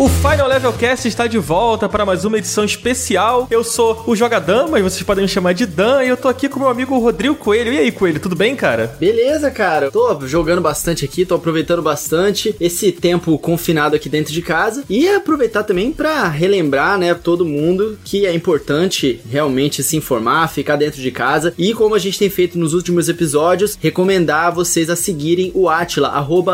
O Final Level Cast está de volta para mais uma edição especial. Eu sou o Jogadam, mas vocês podem me chamar de Dan, e eu tô aqui com meu amigo Rodrigo Coelho. E aí, Coelho, tudo bem, cara? Beleza, cara. Tô jogando bastante aqui, tô aproveitando bastante esse tempo confinado aqui dentro de casa e aproveitar também pra relembrar, né, todo mundo que é importante realmente se informar, ficar dentro de casa e, como a gente tem feito nos últimos episódios, recomendar vocês a seguirem o Atila,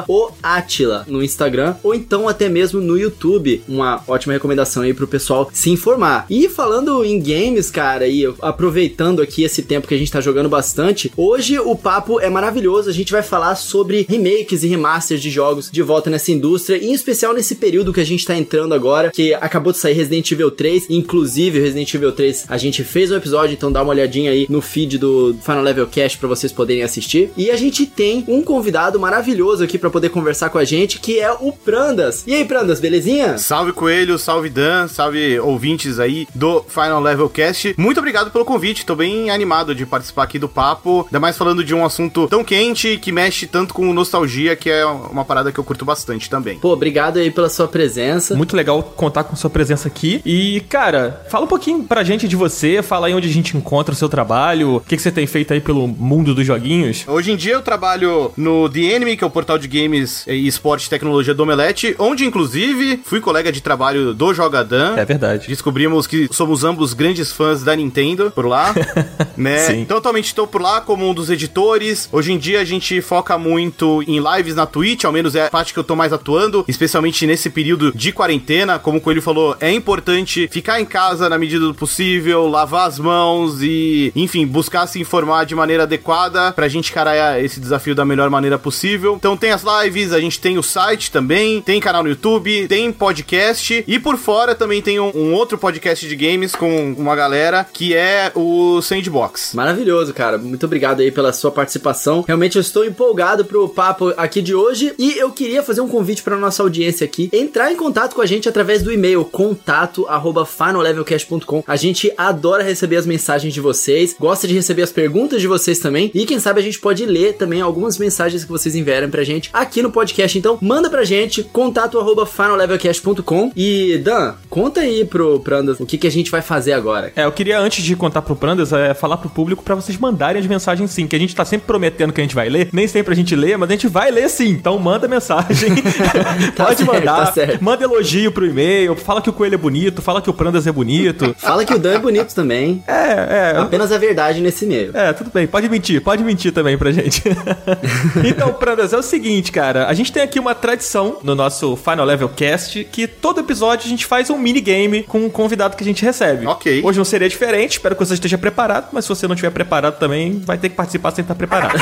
@oAtila no Instagram ou então até mesmo no YouTube. Uma ótima recomendação aí pro pessoal se informar. E falando em games, cara, e aproveitando aqui esse tempo que a gente tá jogando bastante, hoje o papo é maravilhoso. A gente vai falar sobre remakes e remasters de jogos de volta nessa indústria, em especial nesse período que a gente tá entrando agora, que acabou de sair Resident Evil 3, inclusive o Resident Evil 3 a gente fez um episódio, então dá uma olhadinha aí no feed do Final Level Cast pra vocês poderem assistir. E a gente tem um convidado maravilhoso aqui pra poder conversar com a gente, que é o Prandas. E aí, Prandas, belezinha? Salve Coelho, salve Dan, salve ouvintes aí do Final Level Cast. Muito obrigado pelo convite, tô bem animado de participar aqui do papo, ainda mais falando de um assunto tão quente que mexe tanto com nostalgia, que é uma parada que eu curto bastante também. Pô, obrigado aí pela sua presença. Muito legal contar com sua presença aqui. E, cara, fala um pouquinho pra gente de você, fala aí onde a gente encontra o seu trabalho, o que você tem feito aí pelo mundo dos joguinhos. Hoje em dia eu trabalho no The Enemy, que é o portal de games e esporte e tecnologia do Omelete, onde inclusive fui colega de trabalho do Jogadam. É verdade. Descobrimos que somos ambos grandes fãs da Nintendo por lá, né? Sim. Então atualmente estou por lá como um dos editores. Hoje em dia a gente foca muito em lives na Twitch, ao menos é a parte que eu tô mais atuando, especialmente nesse período de quarentena. Como o Coelho falou, é importante ficar em casa na medida do possível, lavar as mãos e, enfim, buscar se informar de maneira adequada pra gente encarar esse desafio da melhor maneira possível. Então tem as lives, a gente tem o site também, tem canal no YouTube, tem podcast e por fora também tem um outro podcast de games com uma galera que é o Sandbox. Maravilhoso, cara. Muito obrigado aí pela sua participação. Realmente eu estou empolgado pro papo aqui de hoje e eu queria fazer um convite pra nossa audiência aqui, entrar em contato com a gente através do e-mail contato@finallevelcast.com. A gente adora receber as mensagens de vocês, gosta de receber as perguntas de vocês também e quem sabe a gente pode ler também algumas mensagens que vocês enviaram pra gente aqui no podcast. Então manda pra gente, contato@finallevelcast.com. E Dan, conta aí pro Prandas o que a gente vai fazer agora. Eu queria, antes de contar pro Prandas, falar pro público pra vocês mandarem as mensagens sim, que a gente tá sempre prometendo que a gente vai ler, nem sempre a gente lê, mas a gente vai ler sim, então manda mensagem. Pode mandar, tá certo. Manda elogio pro e-mail, fala que o Coelho é bonito, fala que o Prandas é bonito. Fala que o Dan é bonito também. Apenas a verdade nesse e-mail. Tudo bem, pode mentir também pra gente. Então, Prandas, é o seguinte, cara, a gente tem aqui uma tradição no nosso Final Level Cast, que todo episódio a gente faz um minigame com um convidado que a gente recebe. Ok. Hoje não seria diferente, espero que você esteja preparado, mas se você não estiver preparado também, vai ter que participar sem estar preparado.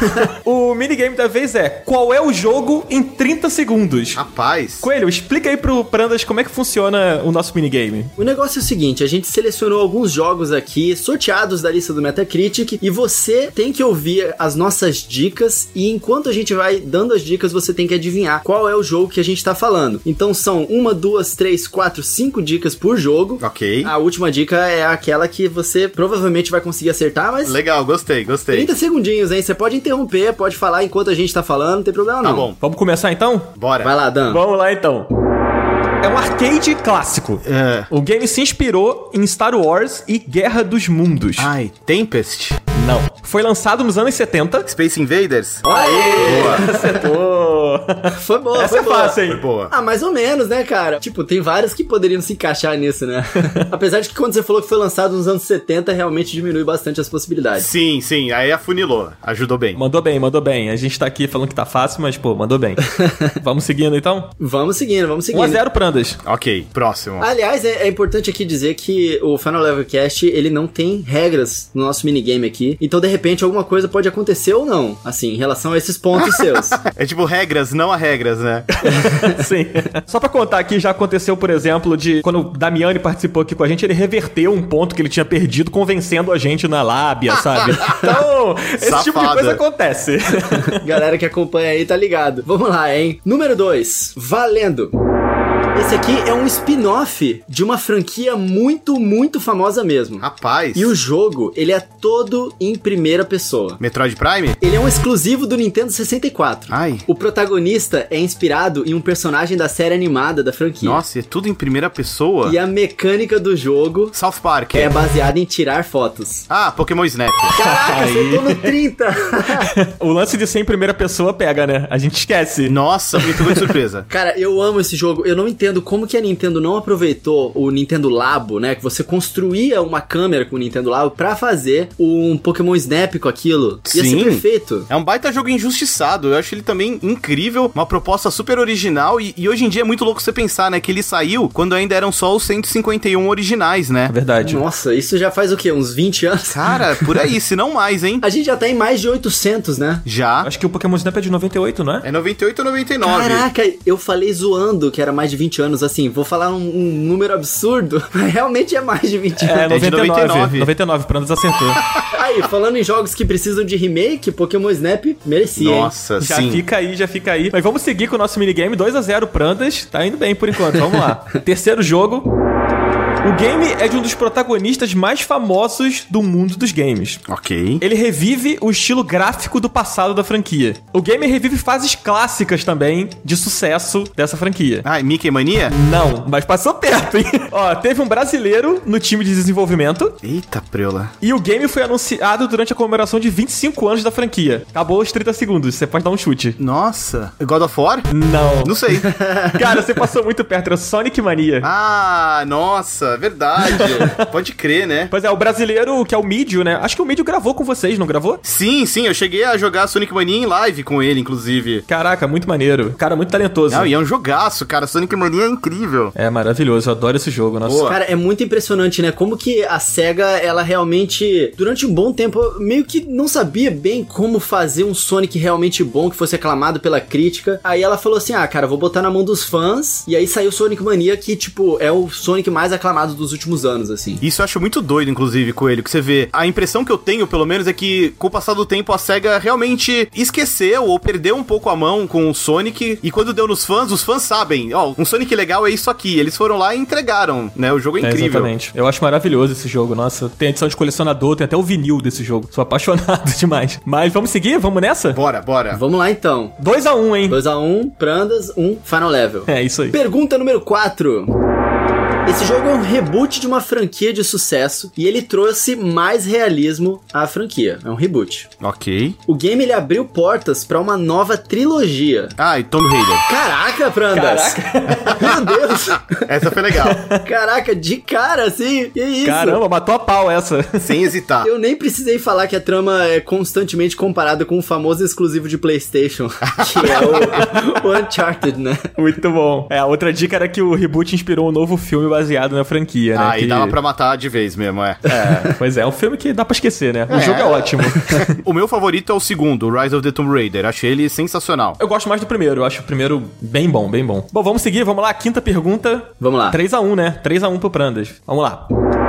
O minigame da vez é: qual é o jogo em 30 segundos? Rapaz. Coelho, explica aí pro Prandas como é que funciona o nosso minigame. O negócio é o seguinte, a gente selecionou alguns jogos aqui, sorteados da lista do Metacritic, e você tem que ouvir as nossas dicas, e enquanto a gente vai dando as dicas, você tem que adivinhar qual é o jogo que a gente tá falando. Então são 1, 2, 3, 4, 5 dicas por jogo. Ok. A última dica é aquela que você provavelmente vai conseguir acertar, mas... Legal, gostei. 30 segundinhos, hein? Você pode interromper, pode falar enquanto a gente tá falando, não tem problema não. Tá bom. Vamos começar então? Bora. Vai lá, Dan. Vamos lá então. É um arcade clássico. O game se inspirou em Star Wars e Guerra dos Mundos. Ai, Tempest? Não. Foi lançado nos anos 70. Space Invaders? Aê! Boa. Acertou! Foi boa, Essa foi é boa. fácil, hein? Foi boa. Ah, mais ou menos, né, cara? Tipo, tem vários que poderiam se encaixar nisso, né? Apesar de que quando você falou que foi lançado nos anos 70, realmente diminui bastante as possibilidades. Sim, aí afunilou. Ajudou bem. Mandou bem. A gente tá aqui falando que tá fácil, mas, pô, mandou bem. Vamos seguindo, então? Vamos seguindo. 1-0, Prandas. Ok, próximo. Aliás, é importante aqui dizer que o Final Level Cast, ele não tem regras no nosso minigame aqui. Então, de repente, alguma coisa pode acontecer ou não. Assim, em relação a esses pontos seus. É tipo regras, não há regras, né? Sim. Só pra contar aqui, já aconteceu, por exemplo, de quando o Damiani participou aqui com a gente, ele reverteu um ponto que ele tinha perdido, convencendo a gente na lábia, sabe? Então, esse tipo de coisa acontece. Galera que acompanha aí tá ligado. Vamos lá, hein? Número 2. Valendo. Esse aqui é um spin-off de uma franquia muito, muito famosa mesmo. Rapaz. E o jogo, ele é todo em primeira pessoa. Metroid Prime? Ele é um exclusivo do Nintendo 64. Ai. O protagonista é inspirado em um personagem da série animada da franquia. Nossa, é tudo em primeira pessoa? E a mecânica do jogo South Park. é baseada em tirar fotos. Ah, Pokémon Snap. Caraca, acertou no 30! O lance de ser em primeira pessoa pega, né? A gente esquece. Nossa, me pegou de surpresa. Cara, eu amo esse jogo. Eu não entendo como que a Nintendo não aproveitou o Nintendo Labo, né? Que você construía uma câmera com o Nintendo Labo pra fazer um Pokémon Snap com aquilo. Ia ser perfeito. É um baita jogo injustiçado. Eu acho ele também incrível, uma proposta super original e hoje em dia é muito louco você pensar, né? Que ele saiu quando ainda eram só os 151 originais, né? É verdade. Nossa, isso já faz o quê? Uns 20 anos? Cara, por aí, se não mais, hein? A gente já tá em mais de 800, né? Já. Acho que o Pokémon Snap é de 98, não é? É 98 ou 99. Caraca, eu falei zoando que era mais de 20 anos, assim, vou falar um número absurdo, mas realmente é mais de 20 anos. É, 99. 99. 99, Prandas acertou. Aí, falando em jogos que precisam de remake, Pokémon Snap merecia, Nossa, Já sim. já fica aí. Mas vamos seguir com o nosso minigame 2-0, Prandas. Tá indo bem por enquanto, vamos lá. Terceiro jogo. O game é de um dos protagonistas mais famosos do mundo dos games. Ok. Ele revive o estilo gráfico do passado da franquia. O game revive fases clássicas também de sucesso dessa franquia. Ah, Mickey Mania? Não, mas passou perto, hein? Ó, teve um brasileiro no time de desenvolvimento Eita, preula. e o game foi anunciado durante a comemoração de 25 anos da franquia. Acabou os 30 segundos, você pode dar um chute. Nossa. God of War? Não. Não sei. Cara, você passou muito perto, era Sonic Mania. Ah, nossa, verdade. Pode crer, né? Pois é, o brasileiro, que é o Mídio, né? Acho que o Mídio gravou com vocês, não gravou? Sim, eu cheguei a jogar Sonic Mania em live com ele, inclusive. Caraca, muito maneiro. Cara, muito talentoso. Não, e é um jogaço, cara. Sonic Mania é incrível. É maravilhoso, eu adoro esse jogo, nossa. Boa. Cara, é muito impressionante, né? Como que a SEGA, ela realmente, durante um bom tempo, meio que não sabia bem como fazer um Sonic realmente bom, que fosse aclamado pela crítica. Aí ela falou assim, cara, vou botar na mão dos fãs. E aí saiu Sonic Mania, que, tipo, é o Sonic mais aclamado dos últimos anos, assim. Isso eu acho muito doido, inclusive, Coelho, que você vê. A impressão que eu tenho, pelo menos, é que com o passar do tempo a SEGA realmente esqueceu ou perdeu um pouco a mão com o Sonic. E quando deu nos fãs, os fãs sabem, um Sonic legal é isso aqui. Eles foram lá e entregaram, né? O jogo é incrível. Exatamente. Eu acho maravilhoso esse jogo, nossa. Tem edição de colecionador, tem até o vinil desse jogo. Sou apaixonado demais. Mas vamos seguir? Vamos nessa? Bora. Vamos lá, então. 2-1, hein? 2-1, Prandas, 1, Final Level. É, isso aí. Pergunta número 4. Esse jogo é um reboot de uma franquia de sucesso e ele trouxe mais realismo à franquia. É um reboot. Ok. O game, ele abriu portas pra uma nova trilogia. Ah, e Tomb Raider. Caraca, Prandas! Meu Deus! Essa foi legal. Caraca, de cara, assim? Que isso? Caramba, matou a pau essa. Sem hesitar. Eu nem precisei falar que a trama é constantemente comparada com o famoso exclusivo de PlayStation, que é o Uncharted, né? Muito bom. É, a outra dica era que o reboot inspirou um novo filme baseado na franquia, né? Ah, e dava pra matar de vez mesmo, é. Pois é um filme que dá pra esquecer, né? O jogo é ótimo. O meu favorito é o segundo, Rise of the Tomb Raider. Achei ele sensacional. Eu gosto mais do primeiro, eu acho o primeiro bem bom, bem bom. Bom, vamos seguir, vamos lá, quinta pergunta. Vamos lá. 3-1, né? 3-1 pro Prandas. Vamos lá.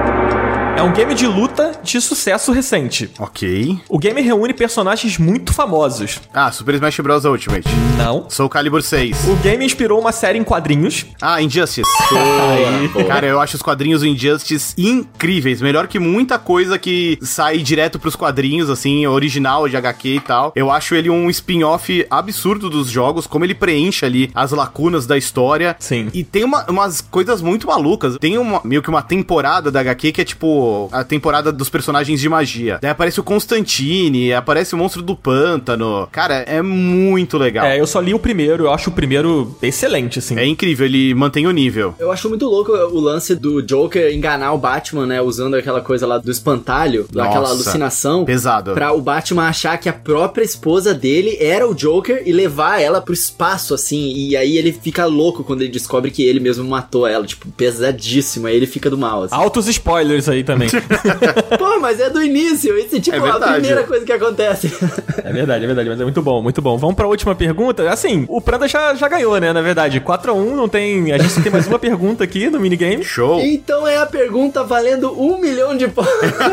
É um game de luta de sucesso recente. Ok. O game reúne personagens muito famosos. Ah, Super Smash Bros. Ultimate. Não. Soul Calibur 6. O game inspirou uma série em quadrinhos. Ah, Injustice. Boa. Cara, eu acho os quadrinhos do Injustice incríveis. Melhor que muita coisa que sai direto pros quadrinhos, assim, original de HQ e tal. Eu acho ele um spin-off absurdo dos jogos, como ele preenche ali as lacunas da história. Sim. E tem umas coisas muito malucas. Tem meio que uma temporada da HQ que é tipo a temporada dos personagens de magia. Daí aparece o Constantine, aparece o Monstro do Pântano. Cara, é muito legal. É, eu só li o primeiro, eu acho o primeiro excelente, assim. É incrível, ele mantém o nível. Eu acho muito louco o lance do Joker enganar o Batman, né? Usando aquela coisa lá do espantalho, daquela alucinação. Pesado. Pra o Batman achar que a própria esposa dele era o Joker e levar ela pro espaço, assim. E aí ele fica louco quando ele descobre que ele mesmo matou ela. Tipo, pesadíssimo. Aí ele fica do mal, assim. Altos spoilers aí também. Pô, mas é do início. Esse é tipo a primeira coisa que acontece. É verdade, mas é muito bom, muito bom. Vamos pra última pergunta. Assim, o Pranda já ganhou, né? Na verdade, 4-1, não tem... A gente só tem mais uma pergunta aqui no minigame. Show! Então é a pergunta valendo 1 milhão de pontos.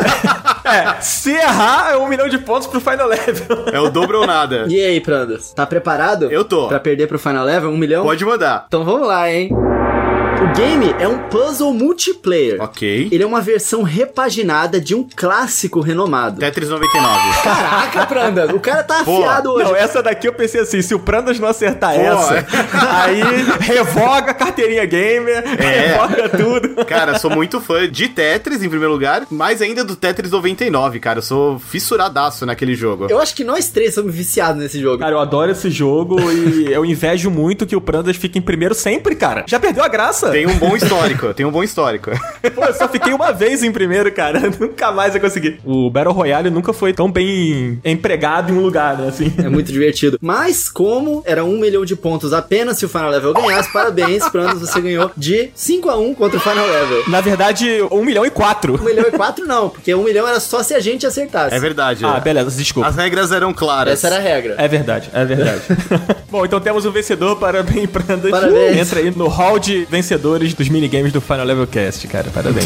Se errar, é 1 milhão de pontos pro Final Level. É o dobro ou nada. E aí, Prandas? Tá preparado? Eu tô. Pra perder pro Final Level 1 milhão? Pode mandar. Então vamos lá, hein? O game é um puzzle multiplayer. Ok. Ele é uma versão repaginada de um clássico renomado. Tetris 99. Caraca, Prandas, o cara tá afiado hoje. Não, essa daqui eu pensei assim, se o Prandas não acertar essa, aí revoga a carteirinha gamer, revoga tudo. Cara, sou muito fã de Tetris, em primeiro lugar, mais ainda do Tetris 99, cara. Eu sou fissuradaço naquele jogo. Eu acho que nós três somos viciados nesse jogo. Cara, eu adoro esse jogo e eu invejo muito que o Prandas fique em primeiro sempre, cara. Já perdeu a graça. Tem um bom histórico, Pô, eu só fiquei uma vez em primeiro, cara. Nunca mais eu consegui. O Battle Royale nunca foi tão bem empregado em um lugar, né, assim. É muito divertido. Mas como era 1 milhão de pontos apenas se o Final Level ganhasse, parabéns, Prandas, você ganhou de 5-1 contra o Final Level. Na verdade, 1 milhão e 4. 1 milhão e 4 não, porque 1 milhão era só se a gente acertasse. É verdade. Ah, beleza, desculpa. As regras eram claras. Essa era a regra. É verdade. Bom, então temos um vencedor, parabéns, Prandas. Parabéns. Entra aí no hall de vencedores dos minigames do Final Level Cast, cara, parabéns.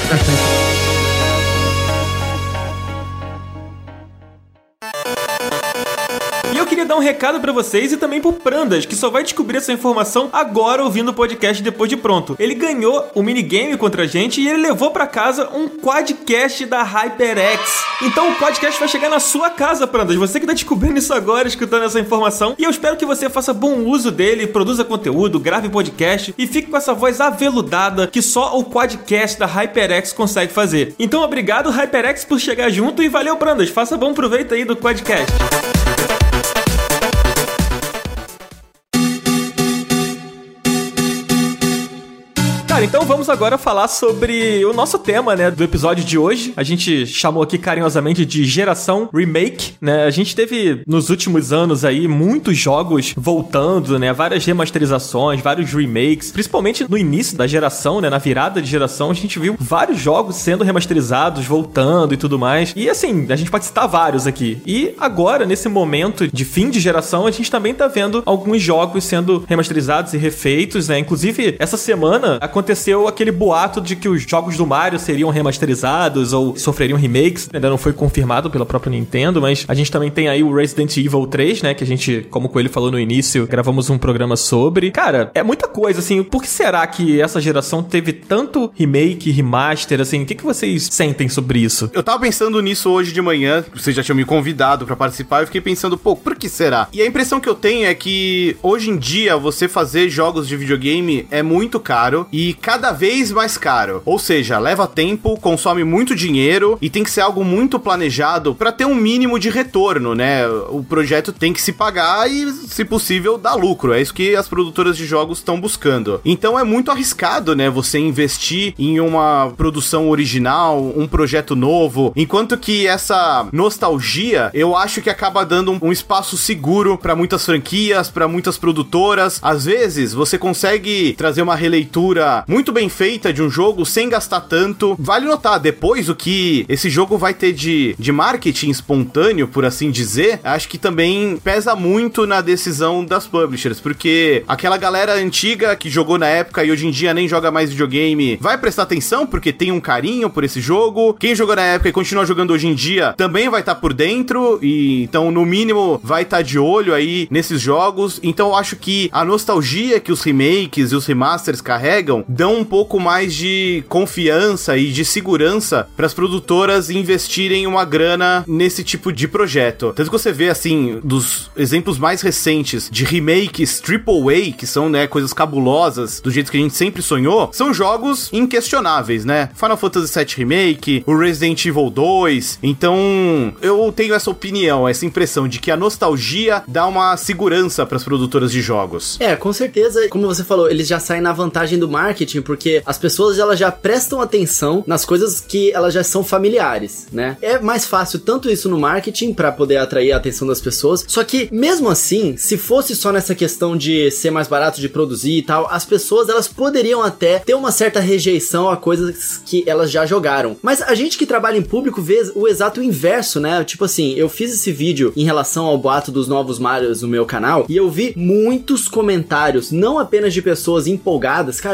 E eu queria dar um recado pra vocês e também pro Prandas, que só vai descobrir essa informação agora ouvindo o podcast depois de pronto. Ele ganhou o minigame contra a gente e ele levou pra casa um quadcast da HyperX. Então o quadcast vai chegar na sua casa, Prandas. Você que tá descobrindo isso agora, escutando essa informação. E eu espero que você faça bom uso dele, produza conteúdo, grave podcast e fique com essa voz aveludada que só o quadcast da HyperX consegue fazer. Então obrigado, HyperX, por chegar junto e valeu, Prandas. Faça bom proveito aí do quadcast. Cara, então vamos agora falar sobre o nosso tema, né, do episódio de hoje. A gente chamou aqui carinhosamente de geração remake, né? A gente teve nos últimos anos aí muitos jogos voltando, né? Várias remasterizações, vários remakes, principalmente no início da geração, né? Na virada de geração, a gente viu vários jogos sendo remasterizados, voltando e tudo mais. E assim, a gente pode citar vários aqui. E agora, nesse momento de fim de geração, a gente também tá vendo alguns jogos sendo remasterizados e refeitos, né? Inclusive, essa semana aconteceu aquele boato de que os jogos do Mario seriam remasterizados ou sofreriam remakes. Ainda não foi confirmado pela própria Nintendo, mas a gente também tem aí o Resident Evil 3, né? Que a gente, como o Coelho falou no início, gravamos um programa sobre. Cara, é muita coisa, assim. Por que será que essa geração teve tanto remake, remaster, assim? O que vocês sentem sobre isso? Eu tava pensando nisso hoje de manhã. Vocês já tinham me convidado pra participar. Eu fiquei pensando, pô, por que será? E a impressão que eu tenho é que hoje em dia você fazer jogos de videogame é muito caro e cada vez mais caro. Ou seja, leva tempo, consome muito dinheiro e tem que ser algo muito planejado pra ter um mínimo de retorno, né? O projeto tem que se pagar e, se possível, dar lucro. É isso que as produtoras de jogos estão buscando. Então é muito arriscado, né? Você investir em uma produção original, um projeto novo, enquanto que essa nostalgia, eu acho que acaba dando um espaço seguro pra muitas franquias, pra muitas produtoras. Às vezes, você consegue trazer uma releitura muito bem feita de um jogo sem gastar tanto. Vale notar, depois o que esse jogo vai ter de marketing espontâneo, por assim dizer, acho que também pesa muito na decisão das publishers, porque aquela galera antiga que jogou na época e hoje em dia nem joga mais videogame, vai prestar atenção porque tem um carinho por esse jogo. Quem jogou na época e continua jogando hoje em dia também vai estar por dentro e então no mínimo vai estar de olho aí nesses jogos. Então eu acho que a nostalgia que os remakes e os remasters carregam dão um pouco mais de confiança e de segurança para as produtoras investirem uma grana nesse tipo de projeto. Tanto que você vê, assim, dos exemplos mais recentes de remakes AAA, que são, né, coisas cabulosas, do jeito que a gente sempre sonhou, são jogos inquestionáveis, né? Final Fantasy VII Remake, o Resident Evil 2. Então, eu tenho essa opinião, essa impressão de que a nostalgia dá uma segurança para as produtoras de jogos. É, com certeza, como você falou, eles já saem na vantagem do marketing, porque as pessoas elas já prestam atenção nas coisas que elas já são familiares, né? É mais fácil tanto isso no marketing pra poder atrair a atenção das pessoas, só que mesmo assim, se fosse só nessa questão de ser mais barato de produzir e tal, as pessoas elas poderiam até ter uma certa rejeição a coisas que elas já jogaram. Mas a gente que trabalha em público vê o exato inverso, né? Tipo assim, eu fiz esse vídeo em relação ao boato dos novos Marios no meu canal e eu vi muitos comentários, não apenas de pessoas empolgadas, caramba, tô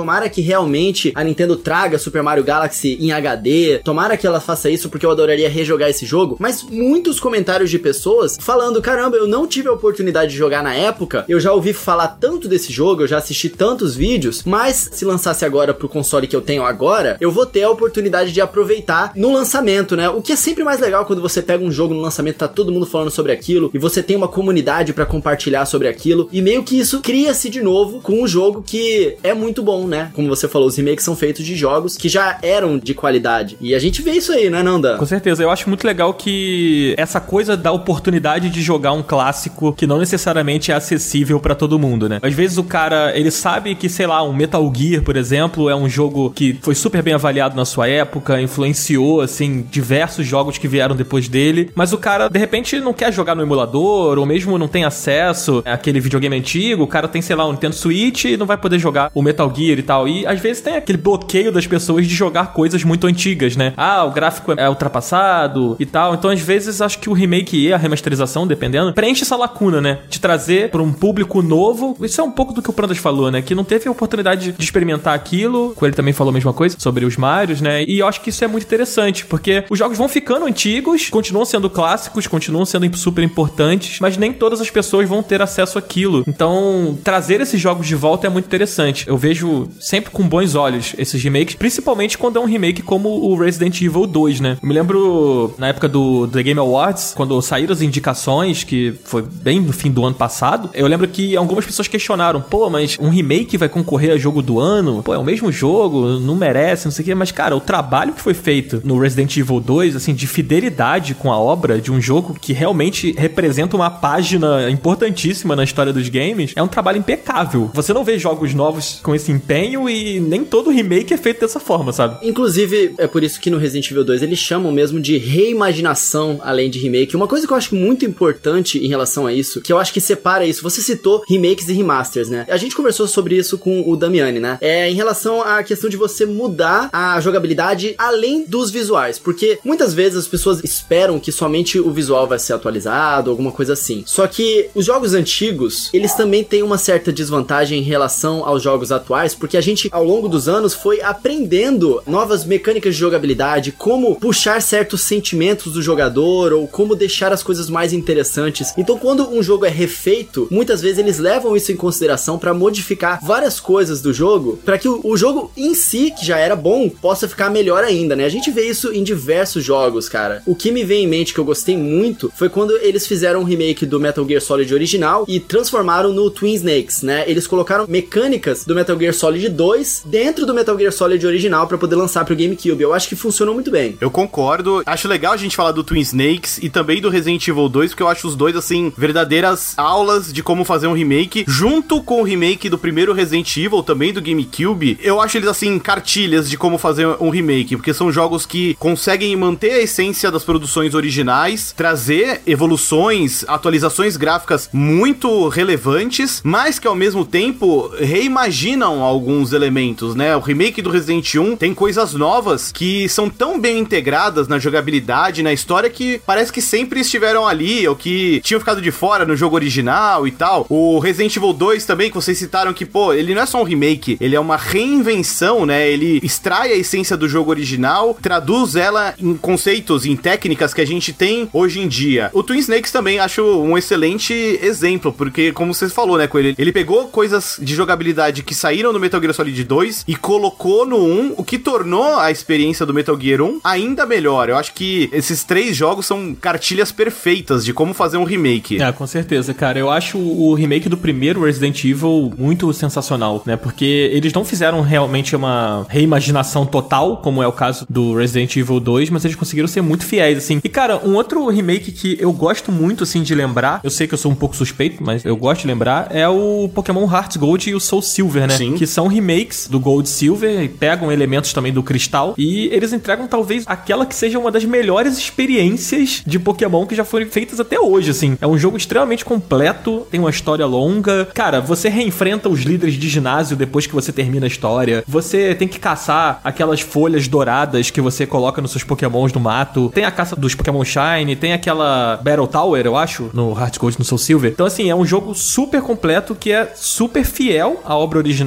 tomara que realmente a Nintendo traga Super Mario Galaxy em HD, tomara que ela faça isso porque eu adoraria rejogar esse jogo, mas muitos comentários de pessoas falando, caramba, eu não tive a oportunidade de jogar na época, eu já ouvi falar tanto desse jogo, eu já assisti tantos vídeos, mas se lançasse agora pro console que eu tenho agora, eu vou ter a oportunidade de aproveitar no lançamento, né? O que é sempre mais legal quando você pega um jogo no lançamento, tá todo mundo falando sobre aquilo, e você tem uma comunidade pra compartilhar sobre aquilo, e meio que isso cria-se de novo com um jogo que é muito bom, né? Como você falou, os remakes são feitos de jogos que já eram de qualidade, e a gente vê isso aí, né, Nanda? Com certeza, eu acho muito legal que essa coisa da oportunidade de jogar um clássico que não necessariamente é acessível pra todo mundo, né? Às vezes o cara, ele sabe que, sei lá, um Metal Gear, por exemplo, é um jogo que foi super bem avaliado na sua época, influenciou, assim, diversos jogos que vieram depois dele, mas o cara, de repente, não quer jogar no emulador, ou mesmo não tem acesso àquele videogame antigo, o cara tem, sei lá, um Nintendo Switch e não vai poder jogar o Metal Gear e tal, e às vezes tem aquele bloqueio das pessoas de jogar coisas muito antigas, né? Ah, o gráfico é ultrapassado e tal, então às vezes acho que o remake e a remasterização, dependendo, preenche essa lacuna, né? De trazer para um público novo, isso é um pouco do que o Prandas falou, né? Que não teve a oportunidade de experimentar aquilo, ele também falou a mesma coisa sobre os Marios, né? E eu acho que isso é muito interessante, porque os jogos vão ficando antigos, continuam sendo clássicos, continuam sendo super importantes, mas nem todas as pessoas vão ter acesso àquilo. Então, trazer esses jogos de volta é muito interessante. Eu vejo sempre com bons olhos esses remakes, principalmente quando é um remake como o Resident Evil 2, né? Eu me lembro na época do The Game Awards, quando saíram as indicações, que foi bem no fim do ano passado, eu lembro que algumas pessoas questionaram, pô, mas um remake vai concorrer a jogo do ano? Pô, é o mesmo jogo, não merece, não sei o quê, mas cara, o trabalho que foi feito no Resident Evil 2, assim, de fidelidade com a obra de um jogo que realmente representa uma página importantíssima na história dos games, é um trabalho impecável. Você não vê jogos novos com esse empenho e nem todo remake é feito dessa forma, sabe? Inclusive, é por isso que no Resident Evil 2 eles chamam mesmo de reimaginação além de remake. Uma coisa que eu acho muito importante em relação a isso, que eu acho que separa isso, você citou remakes e remasters, né? A gente conversou sobre isso com o Damiani, né? Em relação à questão de você mudar a jogabilidade além dos visuais, porque muitas vezes as pessoas esperam que somente o visual vai ser atualizado, alguma coisa assim. Só que os jogos antigos, eles também têm uma certa desvantagem em relação aos jogos atuais, porque a gente, ao longo dos anos, foi aprendendo novas mecânicas de jogabilidade, como puxar certos sentimentos do jogador, ou como deixar as coisas mais interessantes. Então, quando um jogo é refeito, muitas vezes eles levam isso em consideração para modificar várias coisas do jogo, para que o jogo em si, que já era bom, possa ficar melhor ainda, né? A gente vê isso em diversos jogos, cara. O que me vem em mente, que eu gostei muito, foi quando eles fizeram um remake do Metal Gear Solid original e transformaram no Twin Snakes, né? Eles colocaram mecânicas do Metal Gear Solid 2 dentro do Metal Gear Solid original para poder lançar pro GameCube. Eu acho que funcionou muito bem. Eu concordo. Acho legal a gente falar do Twin Snakes e também do Resident Evil 2, porque eu acho os dois, assim, verdadeiras aulas de como fazer um remake, junto com o remake do primeiro Resident Evil, também do GameCube. Eu acho eles, assim, cartilhas de como fazer um remake, porque são jogos que conseguem manter a essência das produções originais, trazer evoluções, atualizações gráficas muito relevantes, mas que ao mesmo tempo reimaginam alguns elementos, né? O remake do Resident 1 tem coisas novas que são tão bem integradas na jogabilidade, na história, que parece que sempre estiveram ali, ou que tinham ficado de fora no jogo original e tal. O Resident Evil 2 também, que vocês citaram que, pô, ele não é só um remake, ele é uma reinvenção, né? Ele extrai a essência do jogo original, traduz ela em conceitos, em técnicas que a gente tem hoje em dia. O Twin Snakes também acho um excelente exemplo, porque, como você falou, né, Coelho, ele pegou coisas de jogabilidade que saíram do Metal Gear Solid 2 e colocou no 1, o que tornou a experiência do Metal Gear 1 ainda melhor. Eu acho que esses três jogos são cartilhas perfeitas de como fazer um remake. Com certeza, cara. Eu acho o remake do primeiro Resident Evil muito sensacional, né, porque eles não fizeram realmente uma reimaginação total, como é o caso do Resident Evil 2, mas eles conseguiram ser muito fiéis, assim. E, cara, um outro remake que eu gosto muito, assim, de lembrar, eu sei que eu sou um pouco suspeito, mas eu gosto de lembrar, é o Pokémon Heart Gold e o Soul Silver, né? Sim. Que são remakes do Gold Silver e pegam elementos também do Cristal e eles entregam talvez aquela que seja uma das melhores experiências de Pokémon que já foram feitas até hoje, assim. É um jogo extremamente completo, tem uma história longa. Cara, você reenfrenta os líderes de ginásio depois que você termina a história. Você tem que caçar aquelas folhas douradas que você coloca nos seus Pokémons no mato. Tem a caça dos Pokémon Shine, tem aquela Battle Tower, eu acho, no Heart Gold e no Soul Silver. Então, assim, é um jogo super completo que é super fiel à obra original. Em nenhum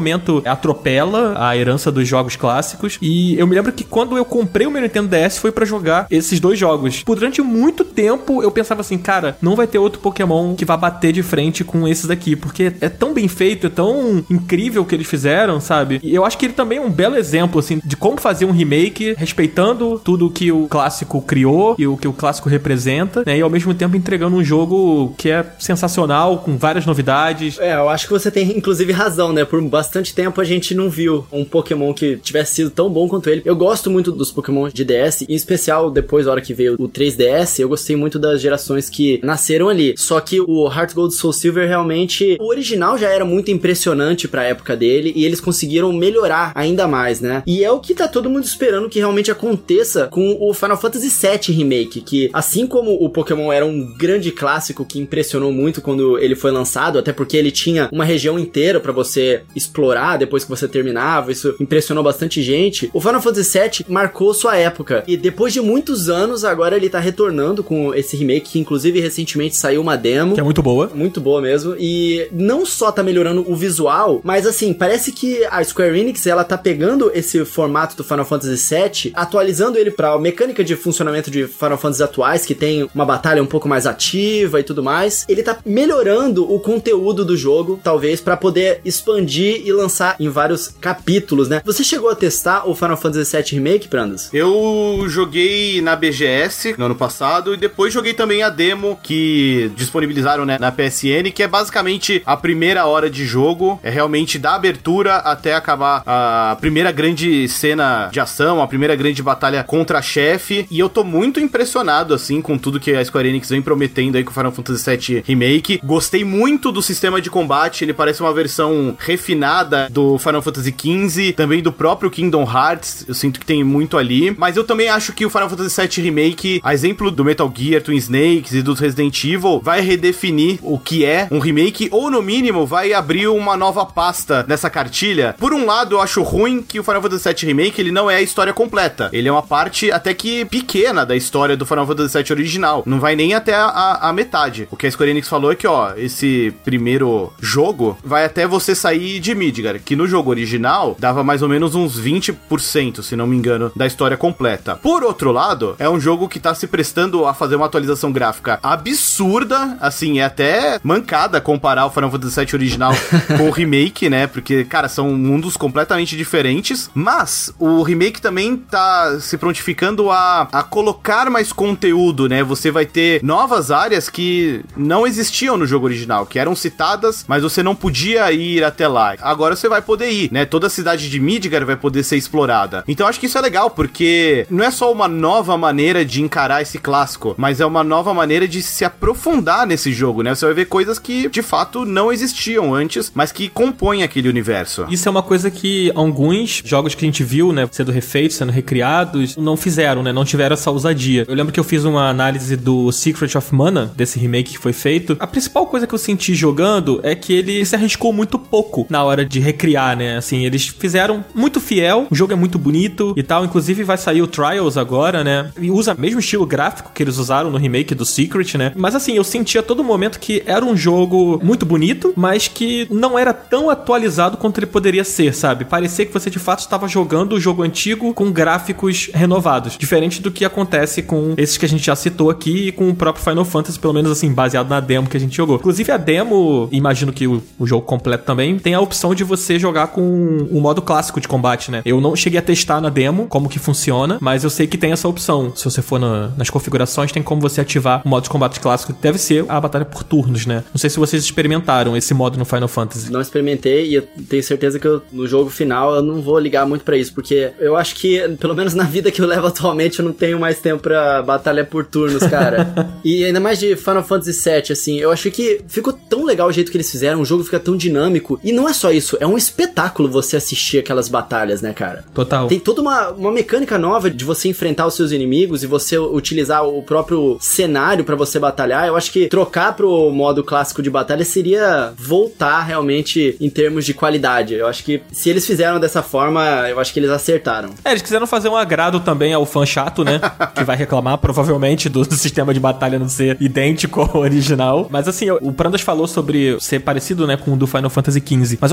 momento atropela a herança dos jogos clássicos. E eu me lembro que quando eu comprei o meu Nintendo DS foi pra jogar esses dois jogos. Durante muito tempo eu pensava assim, cara, não vai ter outro Pokémon que vá bater de frente com esses aqui, porque é tão bem feito, é tão incrível o que eles fizeram, sabe? E eu acho que ele também é um belo exemplo, assim, de como fazer um remake respeitando tudo que o clássico criou e o que o clássico representa, né? E ao mesmo tempo entregando um jogo que é sensacional, com várias novidades. Eu acho que você tem inclusive razão, né? Por bastante tempo a gente não viu um Pokémon que tivesse sido tão bom quanto ele. Eu gosto muito dos Pokémon de DS, em especial depois, da hora que veio o 3DS, eu gostei muito das gerações que nasceram ali. Só que o Heart Gold Soul Silver realmente, o original já era muito impressionante pra época dele, e eles conseguiram melhorar ainda mais, né? E é o que tá todo mundo esperando que realmente aconteça com o Final Fantasy VII Remake, que assim como o Pokémon era um grande clássico que impressionou muito quando ele foi lançado, até porque ele tinha uma região inteira pra você explorar depois que você terminava, isso impressionou bastante gente, o Final Fantasy VII marcou sua época, e depois de muitos anos, agora ele tá retornando com esse remake, que inclusive recentemente saiu uma demo. Que é muito boa mesmo, e não só tá melhorando o visual, mas assim, parece que a Square Enix, ela tá pegando esse formato do Final Fantasy VII, atualizando ele pra mecânica de funcionamento de Final Fantasy atuais, que tem uma batalha um pouco mais ativa e tudo mais. Ele tá melhorando o conteúdo do jogo, talvez, pra poder expandir e lançar em vários capítulos, né? Você chegou a testar o Final Fantasy VII Remake, Brandas? Eu joguei na BGS no ano passado, e depois joguei também a demo que disponibilizaram, né, na PSN, que é basicamente a primeira hora de jogo, é realmente da abertura até acabar a primeira grande cena de ação, a primeira grande batalha contra a chefe, e eu tô muito impressionado, assim, com tudo que a Square Enix vem prometendo aí com o Final Fantasy VII Remake. Gostei muito do sistema de combate, ele parece uma versão refinada do Final Fantasy XV, também do próprio Kingdom Hearts, eu sinto que tem muito ali, mas eu também acho que o Final Fantasy VII Remake, a exemplo do Metal Gear, Twin Snakes e dos Resident Evil, vai redefinir o que é um remake, ou no mínimo vai abrir uma nova pasta nessa cartilha. Por um lado, eu acho ruim que o Final Fantasy VII Remake, ele não é a história completa, ele é uma parte até que pequena da história do Final Fantasy VII original, não vai nem até a metade. O que a Square Enix falou é que, ó, esse primeiro jogo vai até você sair de Midgar, que no jogo original dava mais ou menos uns 20%, se não me engano, da história completa. Por outro lado, é um jogo que tá se prestando a fazer uma atualização gráfica absurda, assim, é até mancada comparar o Final Fantasy VII original com o remake, né, porque, cara, são mundos completamente diferentes, mas o remake também tá se prontificando a colocar mais conteúdo, né, você vai ter novas áreas que não existiam no jogo original, que eram citadas, mas você não podia ir até lá. Agora você vai poder ir, né, toda a cidade de Midgar vai poder ser explorada. Então acho que isso é legal, porque não é só uma nova maneira de encarar esse clássico, mas é uma nova maneira de se aprofundar nesse jogo, né? Você vai ver coisas que, de fato, não existiam antes, mas que compõem aquele universo. Isso é uma coisa que alguns jogos que a gente viu, né, sendo refeitos, sendo recriados, não fizeram, né? Não tiveram essa ousadia. Eu lembro que eu fiz uma análise do Secret of Mana, desse remake que foi feito. A principal coisa que eu senti jogando é que ele se arriscou muito pouco na hora de recriar, né? Assim, eles fizeram muito fiel, o jogo é muito bonito e tal. Inclusive vai sair o Trials agora, né? E usa o mesmo estilo gráfico que eles usaram no remake do Secret, né? Mas assim, eu senti a todo momento que era um jogo muito bonito, mas que não era tão atualizado quanto ele poderia ser, sabe? Parecia que você de fato estava jogando o jogo antigo com gráficos renovados. Diferente do que acontece com esses que a gente já citou aqui e com o próprio Final Fantasy, pelo menos assim, baseado na demo que a gente jogou. Inclusive a demo, imagino que o jogo completo também, tem a opção de você jogar com o modo clássico de combate, né? Eu não cheguei a testar na demo como que funciona, mas eu sei que tem essa opção. Se você for nas configurações, tem como você ativar o modo de combate clássico, que deve ser a batalha por turnos, né? Não sei se vocês experimentaram esse modo no Final Fantasy. Não experimentei, e eu tenho certeza que no jogo final eu não vou ligar muito pra isso, porque eu acho que, pelo menos na vida que eu levo atualmente, eu não tenho mais tempo pra batalha por turnos, cara. E ainda mais de Final Fantasy VII, assim, eu acho que ficou tão legal o jeito que eles fizeram, o jogo fica tão dinâmico, e não é só isso, é um espetáculo você assistir aquelas batalhas, né, cara? Total. Tem toda uma mecânica nova de você enfrentar os seus inimigos e você utilizar o próprio cenário pra você batalhar. Eu acho que trocar pro modo clássico de batalha seria voltar realmente em termos de qualidade. Eu acho que se eles fizeram dessa forma, eu acho que eles acertaram. Eles quiseram fazer um agrado também ao fã chato, né? Que vai reclamar provavelmente do sistema de batalha não ser idêntico ao original. Mas assim, o Prandas falou sobre ser parecido, né, com o do Final Fantasy XV. Mas eu acho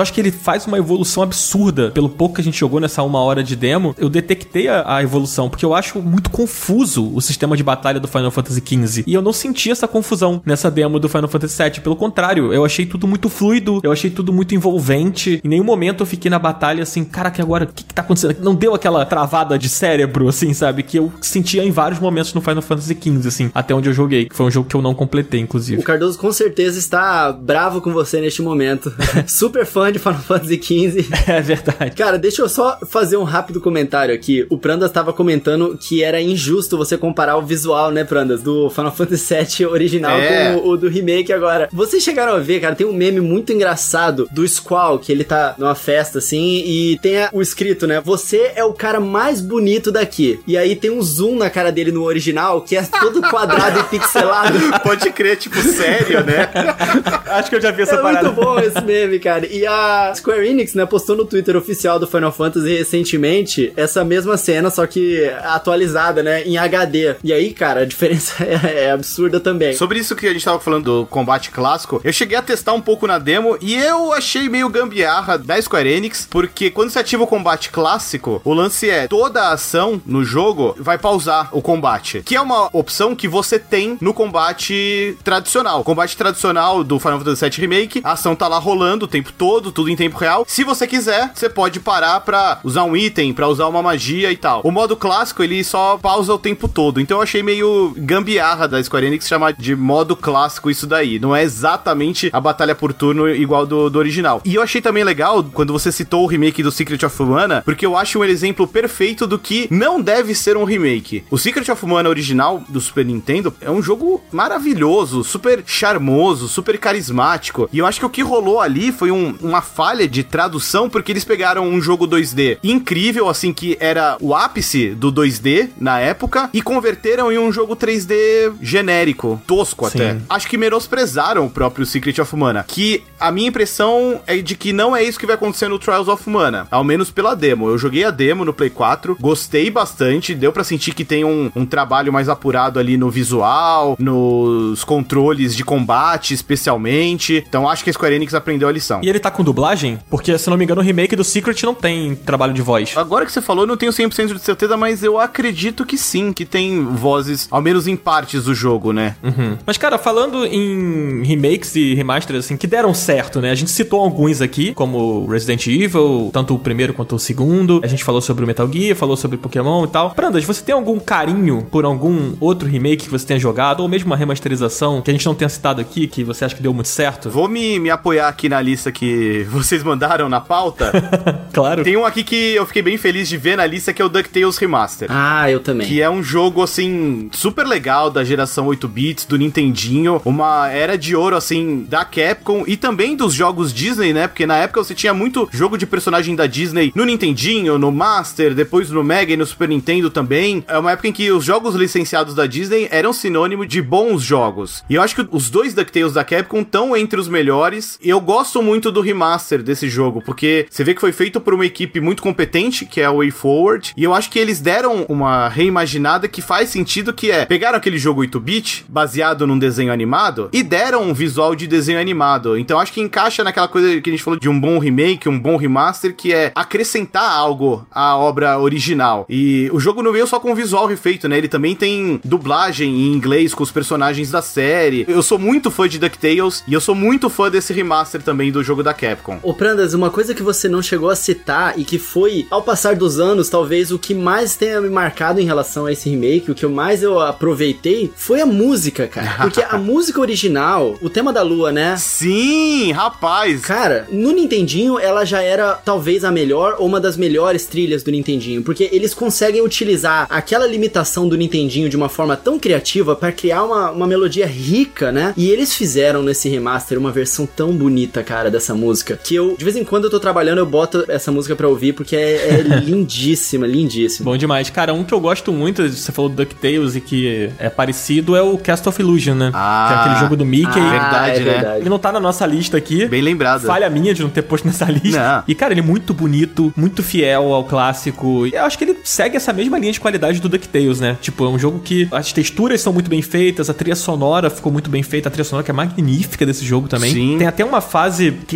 acho que ele faz uma evolução absurda. Pelo pouco que a gente jogou nessa 1 hora de demo, eu detectei a evolução, porque eu acho muito confuso o sistema de batalha do Final Fantasy XV. E eu não senti essa confusão nessa demo do Final Fantasy VII. Pelo contrário, eu achei tudo muito fluido, eu achei tudo muito envolvente. Em nenhum momento eu fiquei na batalha assim, caraca, agora o que tá acontecendo? Não deu aquela travada de cérebro, assim, sabe? Que eu sentia em vários momentos no Final Fantasy XV, assim, até onde eu joguei. Que foi um jogo que eu não completei, inclusive. O Cardoso com certeza está bravo com você neste momento. Super fã de Final Fantasy XV. É verdade. Cara, deixa eu só fazer um rápido comentário aqui. O Prandas estava comentando que era injusto você comparar o visual, né, Prandas? Do Final Fantasy VII original com o do remake agora. Vocês chegaram a ver, cara, tem um meme muito engraçado do Squall, que ele tá numa festa, assim, e tem o escrito, né? Você é o cara mais bonito daqui. E aí tem um zoom na cara dele no original, que é todo quadrado e pixelado. Pode crer, tipo, sério, né? Acho que eu já vi essa parada. É muito bom esse meme, cara. E a Square Enix, né, postou no Twitter oficial do Final Fantasy recentemente essa mesma cena, só que atualizada, né, em HD. E aí, cara, a diferença é absurda também. Sobre isso que a gente tava falando do combate clássico, eu cheguei a testar um pouco na demo e eu achei meio gambiarra da Square Enix, porque quando você ativa o combate clássico, o lance é toda a ação no jogo vai pausar o combate, que é uma opção que você tem no combate tradicional. O combate tradicional do Final Fantasy VII Remake, a ação tá lá rolando o tempo todo, tudo em tempo real. Se você quiser, você pode parar pra usar um item, pra usar uma magia e tal. O modo clássico, ele só pausa o tempo todo. Então eu achei meio gambiarra da Square Enix chamar de modo clássico isso daí. Não é exatamente a batalha por turno igual do original. E eu achei também legal quando você citou o remake do Secret of Mana, porque eu acho um exemplo perfeito do que não deve ser um remake. O Secret of Mana original do Super Nintendo é um jogo maravilhoso, super charmoso, super carismático. E eu acho que o que rolou ali foi uma falha de tradução, porque eles pegaram um jogo 2D incrível, assim, que era o ápice do 2D na época, e converteram em um jogo 3D genérico, tosco até. Sim. Acho que menosprezaram o próprio Secret of Mana, que a minha impressão é de que não é isso que vai acontecer no Trials of Mana, ao menos pela demo. Eu joguei a demo no Play 4, gostei bastante, deu pra sentir que tem um trabalho mais apurado ali no visual, nos controles de combate, especialmente. Então acho que a Square Enix aprendeu a lição. E ele tá com dublagem? Porque, se não me engano, o remake do Secret não tem trabalho de voz. Agora que você falou, eu não tenho 100% de certeza, mas eu acredito que sim, que tem vozes, ao menos em partes do jogo, né? Uhum. Mas, cara, falando em remakes e remasters, assim, que deram certo, né? A gente citou alguns aqui, como Resident Evil, tanto o primeiro quanto o segundo. A gente falou sobre o Metal Gear, falou sobre Pokémon e tal. Prandas, você tem algum carinho por algum outro remake que você tenha jogado, ou mesmo uma remasterização que a gente não tenha citado aqui, que você acha que deu muito certo? Vou me apoiar aqui na lista que vocês mandaram na pauta. Claro. Tem um aqui que eu fiquei bem feliz de ver na lista, que é o DuckTales Remaster. Ah, eu também. Que é um jogo, assim, super legal da geração 8-bits, do Nintendinho. Uma era de ouro, assim, da Capcom e também dos jogos Disney, né? Porque na época você tinha muito jogo de personagem da Disney no Nintendinho, no Master, depois no Mega e no Super Nintendo também. É uma época em que os jogos licenciados da Disney eram sinônimo de bons jogos. E eu acho que os dois DuckTales da Capcom estão entre os melhores. E eu gosto muito do remaster desse jogo, porque você vê que foi feito por uma equipe muito competente, que é a WayForward. E eu acho que eles deram uma reimaginada que faz sentido, que é, pegaram aquele jogo 8-bit, baseado num desenho animado, e deram um visual de desenho animado. Então acho que encaixa naquela coisa que a gente falou de um bom remake, um bom remaster, que é acrescentar algo à obra original. E o jogo não veio só com o visual refeito, né? Ele também tem dublagem em inglês com os personagens da série. Eu sou muito fã de DuckTales e eu sou muito fã desse remaster também do jogo da Capcom. Ô Prandas, uma coisa que você não chegou a citar e que foi, ao passar dos anos, talvez o que mais tenha me marcado em relação a esse remake, o que mais eu aproveitei, foi a música, cara. Porque a música original, o tema da lua, né? Sim, rapaz! Cara, no Nintendinho, ela já era talvez a melhor ou uma das melhores trilhas do Nintendinho, porque eles conseguem utilizar aquela limitação do Nintendinho de uma forma tão criativa pra criar uma melodia rica, né? E eles fizeram nesse remaster uma versão tão bonita, cara, dessa música, que eu, de vez em quando eu tô trabalhando, eu boto essa música pra ouvir, porque é lindíssima, lindíssima. Bom demais. Cara, um que eu gosto muito, você falou do DuckTales e que é parecido, é o Cast of Illusion, né? Que é aquele jogo do Mickey. Verdade, né? Verdade. Ele não tá na nossa lista aqui. Bem lembrado. Falha minha de não ter posto nessa lista. Não. E, cara, ele é muito bonito, muito fiel ao clássico. E eu acho que ele segue essa mesma linha de qualidade do DuckTales, né? Tipo, é um jogo que as texturas são muito bem feitas, a trilha sonora ficou muito bem feita, a trilha sonora que é magnífica desse jogo também. Sim. Tem até uma fase que ele chega num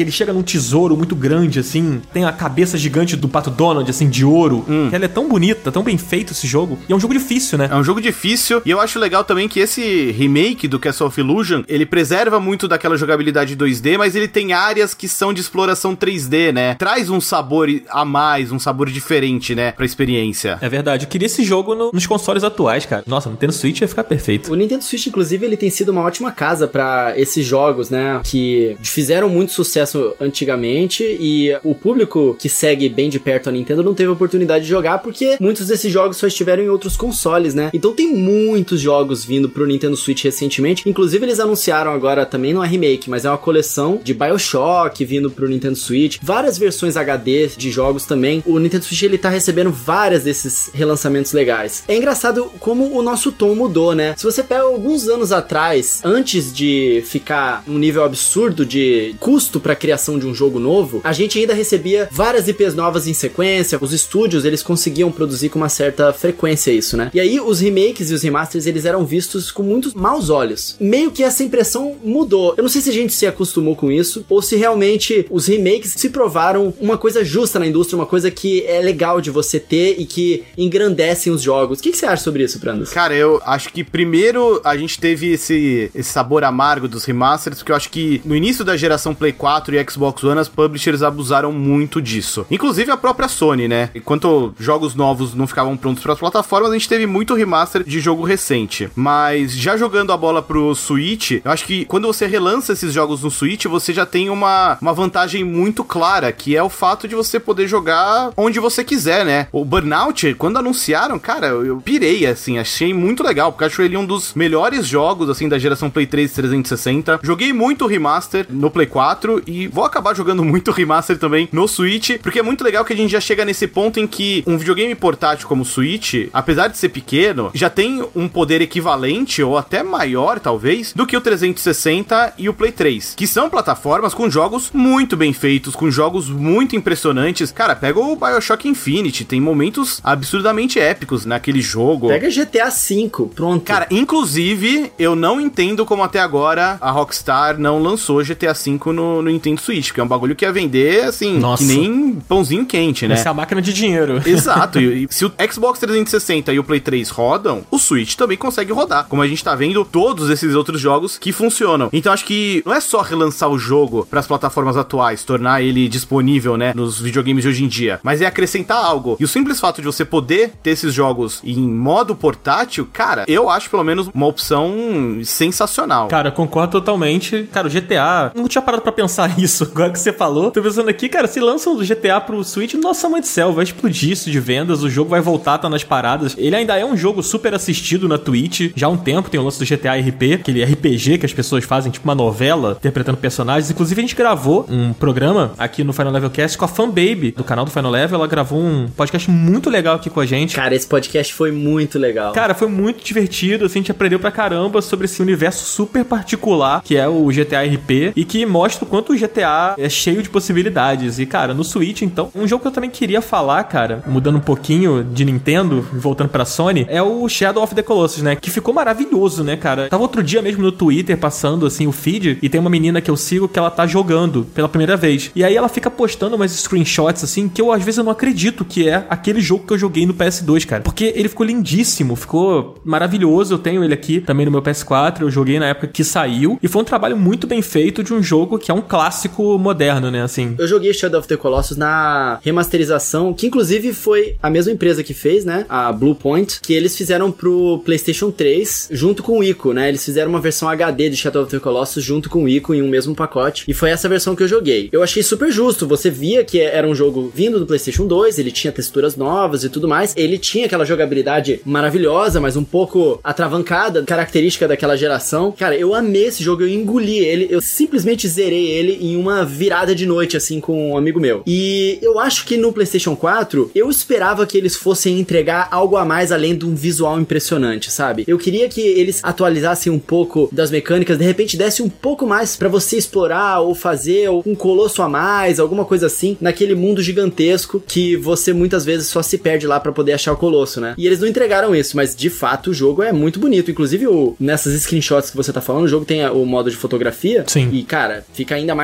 tesouro muito grande, assim. Tem a cabeça gigante do Pato Donald, assim, de ouro. Que ela é tão bonita, tão bem feito esse jogo. E é um jogo difícil, né? É um jogo difícil. E eu acho legal também que esse remake do Castle of Illusion, ele preserva muito daquela jogabilidade 2D, mas ele tem áreas que são de exploração 3D, né? Traz um sabor a mais, um sabor diferente, né? Pra experiência. É verdade. Eu queria esse jogo nos consoles atuais, cara. Nossa, no Nintendo Switch ia ficar perfeito. O Nintendo Switch, inclusive, ele tem sido uma ótima casa pra esses jogos, né? Que fizeram muito sucesso antigamente e o público que segue bem de perto a Nintendo não teve a oportunidade de jogar porque muitos desses jogos só estiveram em outros consoles, né? Então tem muitos jogos vindo pro Nintendo Switch recentemente. Inclusive, eles anunciaram agora, também não é remake, mas é uma coleção de BioShock vindo pro Nintendo Switch. Várias versões HD de jogos também. O Nintendo Switch, ele tá recebendo várias desses relançamentos legais. É engraçado como o nosso tom mudou, né? Se você pega alguns anos atrás, antes de ficar num nível absurdo de custo pra criação de um jogo novo, a gente ainda recebia várias IPs novas em sequência. Os estúdios, eles conseguiam produzir com uma certa frequência isso, né? E aí, os remakes e os remasters, eles eram vistos com muitos maus olhos. Meio que essa impressão mudou. Eu não sei se a gente se acostumou com isso, ou se realmente os remakes se provaram uma coisa justa na indústria, uma coisa que é legal de você ter e que engrandecem os jogos. O que você acha sobre isso, Brandas? Cara, eu acho que primeiro a gente teve esse sabor amargo dos remasters, porque eu acho que no início da geração Play 4 e Xbox One, as publishers abusaram muito disso. Inclusive a própria Sony, né? Enquanto jogos novos não ficavam prontos para as plataformas, a gente teve muito remaster de jogo recente. Mas já jogando a bola pro Switch, eu acho que quando você relança esses jogos no Switch, você já tem uma vantagem muito clara, que é o fato de você poder jogar onde você quiser, né? O Burnout, quando anunciaram, cara, eu pirei, assim, achei muito legal, porque acho ele um dos melhores jogos, assim, da geração Play 3 e 360. Joguei muito remaster no Play 4 e vou acabar jogando muito remaster também no Switch, porque é muito legal que a gente já chega nesse ponto em que um videogame portátil como o Switch, apesar de ser pequeno, já tem um poder equivalente, ou até maior, talvez, do que o 360 e o Play 3, que são plataformas com jogos muito bem feitos, com jogos muito impressionantes. Cara, pega o BioShock Infinite, tem momentos absurdamente épicos naquele jogo. Pega GTA V, pronto. Cara, inclusive, eu não entendo como até agora a Rockstar não lançou GTA V no Nintendo Switch, porque é um bagulho que ia vender, assim, nossa, que nem pãozinho quente, né? Essa é a máquina de dinheiro. Exato, e se o Xbox 360 e o Play 3 rodam, o Switch também consegue rodar, como a gente tá vendo todos esses outros jogos que funcionam. Então acho que não é só relançar o jogo pras plataformas atuais, tornar ele disponível, né, nos videogames de hoje em dia, mas é acrescentar algo. E o simples fato de você poder ter esses jogos em modo portátil, cara, eu acho pelo menos uma opção sensacional. Cara, concordo totalmente. Cara, o GTA, não tinha parado pra pensar isso agora que você falou. Tô pensando aqui, cara, se lançam o GTA pro Switch, nossa mãe do céu, vai explodir isso de vendas, o jogo vai voltar, tá nas paradas. Ele ainda é um jogo super assistido na Twitch, já há um tempo tem o lance do GTA RP, aquele RPG que as pessoas fazem, tipo uma novela, interpretando personagens. Inclusive a gente gravou um programa aqui no Final Level Cast com a Fanbaby, do canal do Final Level. Ela gravou um podcast muito legal aqui com a gente. Cara, esse podcast foi muito legal. Cara, foi muito divertido, assim, a gente aprendeu pra caramba sobre esse universo super particular que é o GTA RP e que mostra o quanto o GTA é cheio de possibilidades. E, cara, no Switch, então, um jogo que eu também queria falar, cara, mudando um pouquinho de Nintendo e voltando pra Sony, é o Shadow of the Colossus, né? Que ficou maravilhoso, né, cara? Tava outro dia mesmo no Twitter passando, assim, o feed e tem uma menina que eu sigo que ela tá jogando pela primeira vez. E aí ela fica postando umas screenshots, assim, que eu às vezes eu não acredito que é aquele jogo que eu joguei no PS2, cara. Porque ele ficou lindíssimo, ficou maravilhoso. Eu tenho ele aqui também no meu PS4, eu joguei na época que saiu e foi um trabalho muito bem feito de um jogo que é um clássico moderno, né, assim. Eu joguei Shadow of the Colossus na remasterização, que inclusive foi a mesma empresa que fez, né, a Bluepoint, que eles fizeram pro PlayStation 3 junto com o Ico, né, eles fizeram uma versão HD de Shadow of the Colossus junto com o Ico em um mesmo pacote, e foi essa versão que eu joguei. Eu achei super justo, você via que era um jogo vindo do PlayStation 2, ele tinha texturas novas e tudo mais, ele tinha aquela jogabilidade maravilhosa, mas um pouco atravancada, característica daquela geração. Cara, eu amei esse jogo, eu engoli ele, eu simplesmente zerei ele em uma virada de noite, assim, com um amigo meu. E eu acho que no PlayStation 4, eu esperava que eles fossem entregar algo a mais além de um visual impressionante, sabe? Eu queria que eles atualizassem um pouco das mecânicas, de repente desse um pouco mais pra você explorar ou fazer um colosso a mais, alguma coisa assim, naquele mundo gigantesco que você muitas vezes só se perde lá pra poder achar o colosso, né? E eles não entregaram isso, mas de fato o jogo é muito bonito. Inclusive, nessas screenshots que você tá falando, o jogo tem o modo de fotografia. Sim. E, cara, fica ainda mais incrível.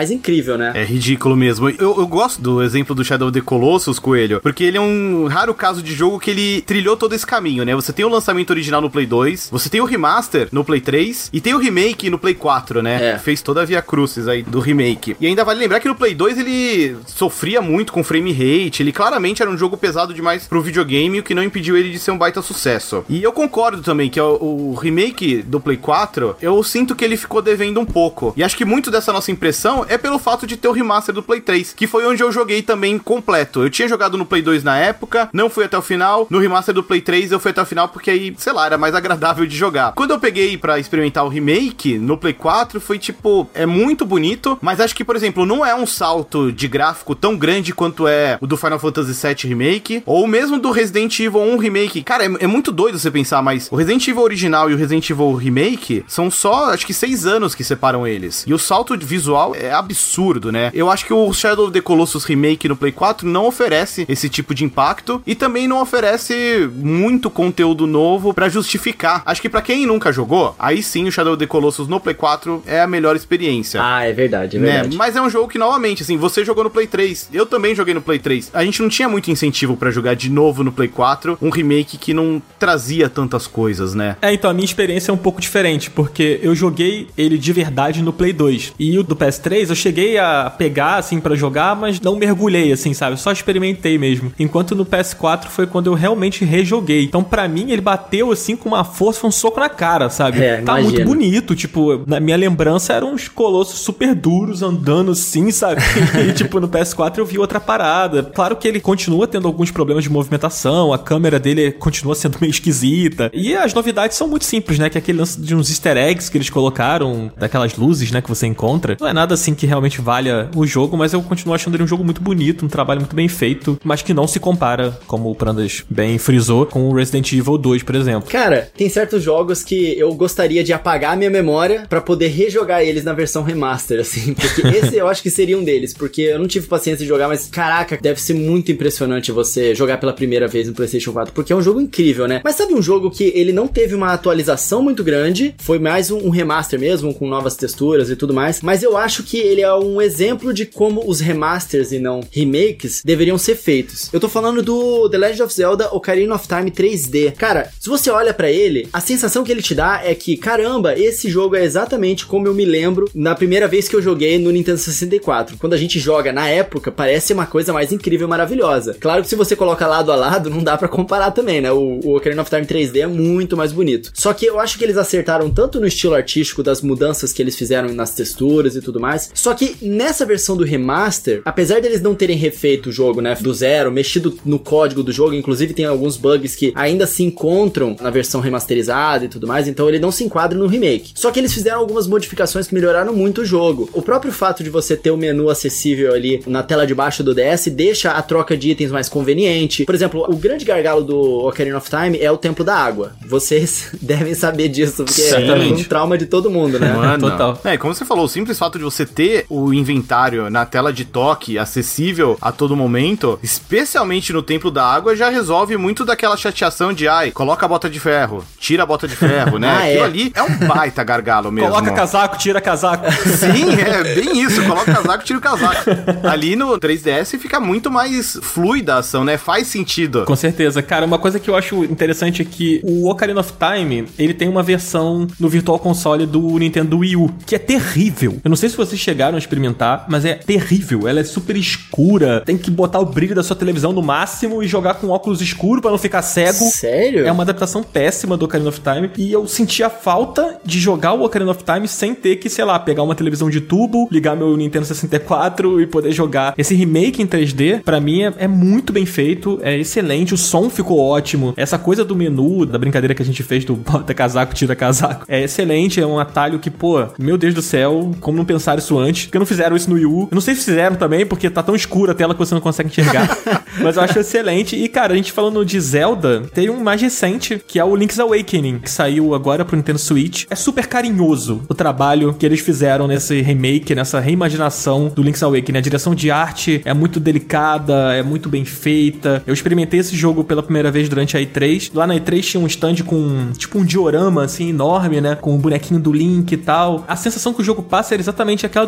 incrível, né? É ridículo mesmo. Eu gosto do exemplo do Shadow of the Colossus, Coelho, porque ele é um raro caso de jogo que ele trilhou todo esse caminho, né? Você tem o lançamento original no Play 2, você tem o remaster no Play 3 e tem o remake no Play 4, né? Fez toda a via crucis aí do remake. E ainda vale lembrar que no Play 2 ele sofria muito com frame rate, ele claramente era um jogo pesado demais pro videogame, o que não impediu ele de ser um baita sucesso. E eu concordo também que o remake do Play 4, eu sinto que ele ficou devendo um pouco. E acho que muito dessa nossa impressão é pelo fato de ter o remaster do Play 3, que foi onde eu joguei também completo. Eu tinha jogado no Play 2 na época, não fui até o final. No remaster do Play 3 eu fui até o final porque aí, sei lá, era mais agradável de jogar. Quando eu peguei pra experimentar o remake no Play 4, foi tipo, é muito bonito, mas acho que, por exemplo, não é um salto de gráfico tão grande quanto é o do Final Fantasy VII Remake, ou mesmo do Resident Evil 1 Remake. Cara, é muito doido você pensar, mas o Resident Evil original e o Resident Evil Remake são só, acho que 6 anos que separam eles. E o salto visual é absurdo, né? Eu acho que o Shadow of the Colossus Remake no Play 4 não oferece esse tipo de impacto e também não oferece muito conteúdo novo pra justificar. Acho que pra quem nunca jogou, aí sim o Shadow of the Colossus no Play 4 é a melhor experiência. Ah, é verdade, é verdade. Né? Mas é um jogo que, novamente, assim, você jogou no Play 3, eu também joguei no Play 3. A gente não tinha muito incentivo pra jogar de novo no Play 4 um remake que não trazia tantas coisas, né? Então a minha experiência é um pouco diferente, porque eu joguei ele de verdade no Play 2. E o do PS3 eu cheguei a pegar, assim, pra jogar, mas não mergulhei, assim, sabe? Só experimentei mesmo. Enquanto no PS4 foi quando eu realmente rejoguei. Então, pra mim, ele bateu, assim, com uma força, foi um soco na cara, sabe? Tá muito bonito, tipo, na minha lembrança eram uns colossos super duros andando assim, sabe? E, tipo, no PS4 eu vi outra parada. Claro que ele continua tendo alguns problemas de movimentação, a câmera dele continua sendo meio esquisita. E as novidades são muito simples, né? Que é aquele lance de uns easter eggs que eles colocaram, daquelas luzes, né, que você encontra. Não é nada assim que realmente valha o jogo, mas eu continuo achando ele um jogo muito bonito, um trabalho muito bem feito, mas que não se compara, como o Prandas bem frisou, com o Resident Evil 2, por exemplo. Cara, tem certos jogos que eu gostaria de apagar a minha memória pra poder rejogar eles na versão remaster, assim, porque esse eu acho que seria um deles, porque eu não tive paciência de jogar, mas caraca, deve ser muito impressionante você jogar pela primeira vez no PlayStation 4, porque é um jogo incrível, né? Mas sabe um jogo que ele não teve uma atualização muito grande, foi mais um remaster mesmo, com novas texturas e tudo mais, mas eu acho que ele é um exemplo de como os remasters e não remakes deveriam ser feitos. Eu tô falando do The Legend of Zelda Ocarina of Time 3D. Cara, se você olha pra ele, a sensação que ele te dá é que, caramba, esse jogo é exatamente como eu me lembro na primeira vez que eu joguei no Nintendo 64. Quando a gente joga na época, parece uma coisa mais incrível e maravilhosa. Claro que se você coloca lado a lado, não dá pra comparar também, né? O Ocarina of Time 3D é muito mais bonito. Só que eu acho que eles acertaram tanto no estilo artístico das mudanças que eles fizeram nas texturas e tudo mais, só que nessa versão do remaster, apesar deles não terem refeito o jogo, né, do zero, mexido no código do jogo, inclusive tem alguns bugs que ainda se encontram na versão remasterizada e tudo mais, então ele não se enquadra no remake. Só que eles fizeram algumas modificações que melhoraram muito o jogo. O próprio fato de você ter o menu acessível ali na tela de baixo do DS deixa a troca de itens mais conveniente. Por exemplo, o grande gargalo do Ocarina of Time é o Templo da Água. Vocês devem saber disso, porque é um trauma de todo mundo, né? Mano. Total. É, como você falou, o simples fato de você ter o inventário na tela de toque acessível a todo momento, especialmente no Templo da Água, já resolve muito daquela chateação de, ai, coloca a bota de ferro, tira a bota de ferro, né? Aquilo ali é um baita gargalo mesmo. Coloca casaco, tira casaco. Sim, é bem isso, coloca o casaco, tira o casaco. Ali no 3DS fica muito mais fluida a ação, né? Faz sentido. Com certeza. Cara, uma coisa que eu acho interessante é que o Ocarina of Time, ele tem uma versão no Virtual Console do Nintendo Wii U, que é terrível. Eu não sei se vocês chegaram a experimentar, mas é terrível. Ela é super escura, tem que botar o brilho da sua televisão no máximo e jogar com óculos escuros pra não ficar cego. Sério? É uma adaptação péssima do Ocarina of Time e eu senti a falta de jogar o Ocarina of Time sem ter que, sei lá, pegar uma televisão de tubo, ligar meu Nintendo 64 e poder jogar. Esse remake em 3D, pra mim, é muito bem feito, é excelente, o som ficou ótimo. Essa coisa do menu, da brincadeira que a gente fez do bota casaco, tira casaco, é excelente, é um atalho que, pô, meu Deus do céu, como não pensaram isso antes? Porque não fizeram isso no Wii U. Eu não sei se fizeram também, porque tá tão escura a tela que você não consegue enxergar. Mas eu acho excelente. E, cara, a gente falando de Zelda, tem um mais recente, que é o Link's Awakening, que saiu agora pro Nintendo Switch. É super carinhoso o trabalho que eles fizeram nesse remake, nessa reimaginação do Link's Awakening. A direção de arte é muito delicada, é muito bem feita. Eu experimentei esse jogo pela primeira vez durante a E3. Lá na E3 tinha um stand com, tipo, um diorama, assim, enorme, né? Com o bonequinho do Link e tal. A sensação que o jogo passa é exatamente aquela do diorama.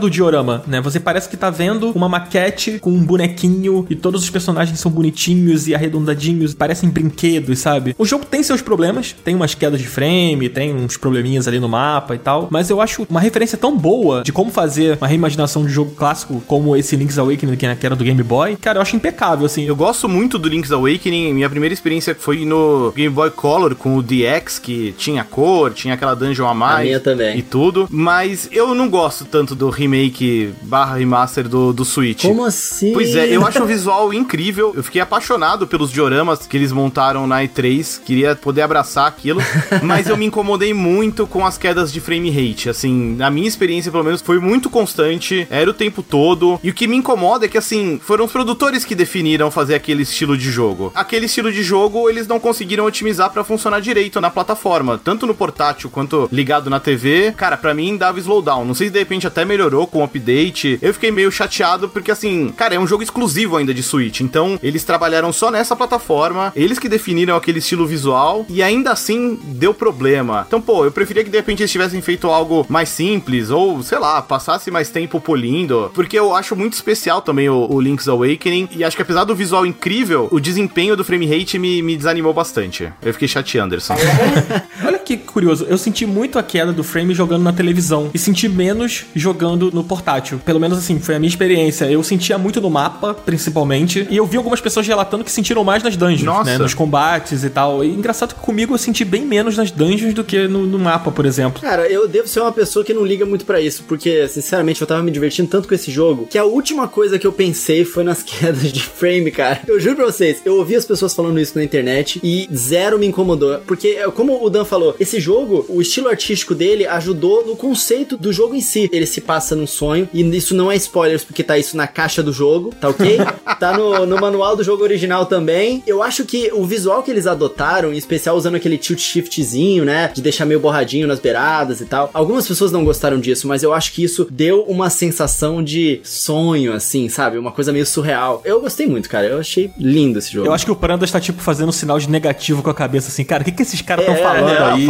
diorama, né? Você parece que tá vendo uma maquete com um bonequinho e todos os personagens são bonitinhos e arredondadinhos, parecem brinquedos, sabe? O jogo tem seus problemas, tem umas quedas de frame, tem uns probleminhas ali no mapa e tal, mas eu acho uma referência tão boa de como fazer uma reimaginação de jogo clássico como esse Link's Awakening, que era do Game Boy, cara, eu acho impecável, assim. Eu gosto muito do Link's Awakening, minha primeira experiência foi no Game Boy Color com o DX, que tinha cor, tinha aquela dungeon a mais. A minha também. E tudo, mas eu não gosto tanto do remake / remaster do Switch. Como assim? Pois é, eu acho o visual incrível, eu fiquei apaixonado pelos dioramas que eles montaram na E3, queria poder abraçar aquilo, mas eu me incomodei muito com as quedas de frame rate, assim, na minha experiência pelo menos foi muito constante, era o tempo todo, e o que me incomoda é que assim, foram os produtores que definiram fazer aquele estilo de jogo. Aquele estilo de jogo eles não conseguiram otimizar pra funcionar direito na plataforma, tanto no portátil quanto ligado na TV, cara, pra mim dava slowdown, não sei se de repente até melhorou com o update, eu fiquei meio chateado porque assim, cara, é um jogo exclusivo ainda de Switch, então eles trabalharam só nessa plataforma, eles que definiram aquele estilo visual e ainda assim deu problema. Então, pô, eu preferia que de repente eles tivessem feito algo mais simples ou, sei lá, passasse mais tempo polindo, porque eu acho muito especial também o Link's Awakening e acho que apesar do visual incrível, o desempenho do frame rate me desanimou bastante. Eu fiquei chateado, Anderson. Olha que curioso, eu senti muito a queda do frame jogando na televisão e senti menos jogando no portátil. Pelo menos assim, foi a minha experiência. Eu sentia muito no mapa, principalmente, e eu vi algumas pessoas relatando que sentiram mais nas dungeons, né, nos combates e tal. E engraçado que comigo eu senti bem menos nas dungeons do que no mapa, por exemplo. Cara, eu devo ser uma pessoa que não liga muito pra isso, porque, sinceramente, eu tava me divertindo tanto com esse jogo, que a última coisa que eu pensei foi nas quedas de frame, cara. Eu juro pra vocês, eu ouvi as pessoas falando isso na internet e zero me incomodou, porque, como o Dan falou, esse jogo, o estilo artístico dele ajudou no conceito do jogo em si. Ele se passa num sonho, e isso não é spoilers, porque tá isso na caixa do jogo, tá ok? Tá no manual do jogo original também. Eu acho que o visual que eles adotaram, em especial usando aquele tilt shiftzinho, né, de deixar meio borradinho nas beiradas e tal, algumas pessoas não gostaram disso, mas eu acho que isso deu uma sensação de sonho, assim, sabe? Uma coisa meio surreal. Eu gostei muito, cara. Eu achei lindo esse jogo. Eu acho que o Prandas tá, tipo, fazendo um sinal de negativo com a cabeça, assim, cara, o que esses caras estão falando aí?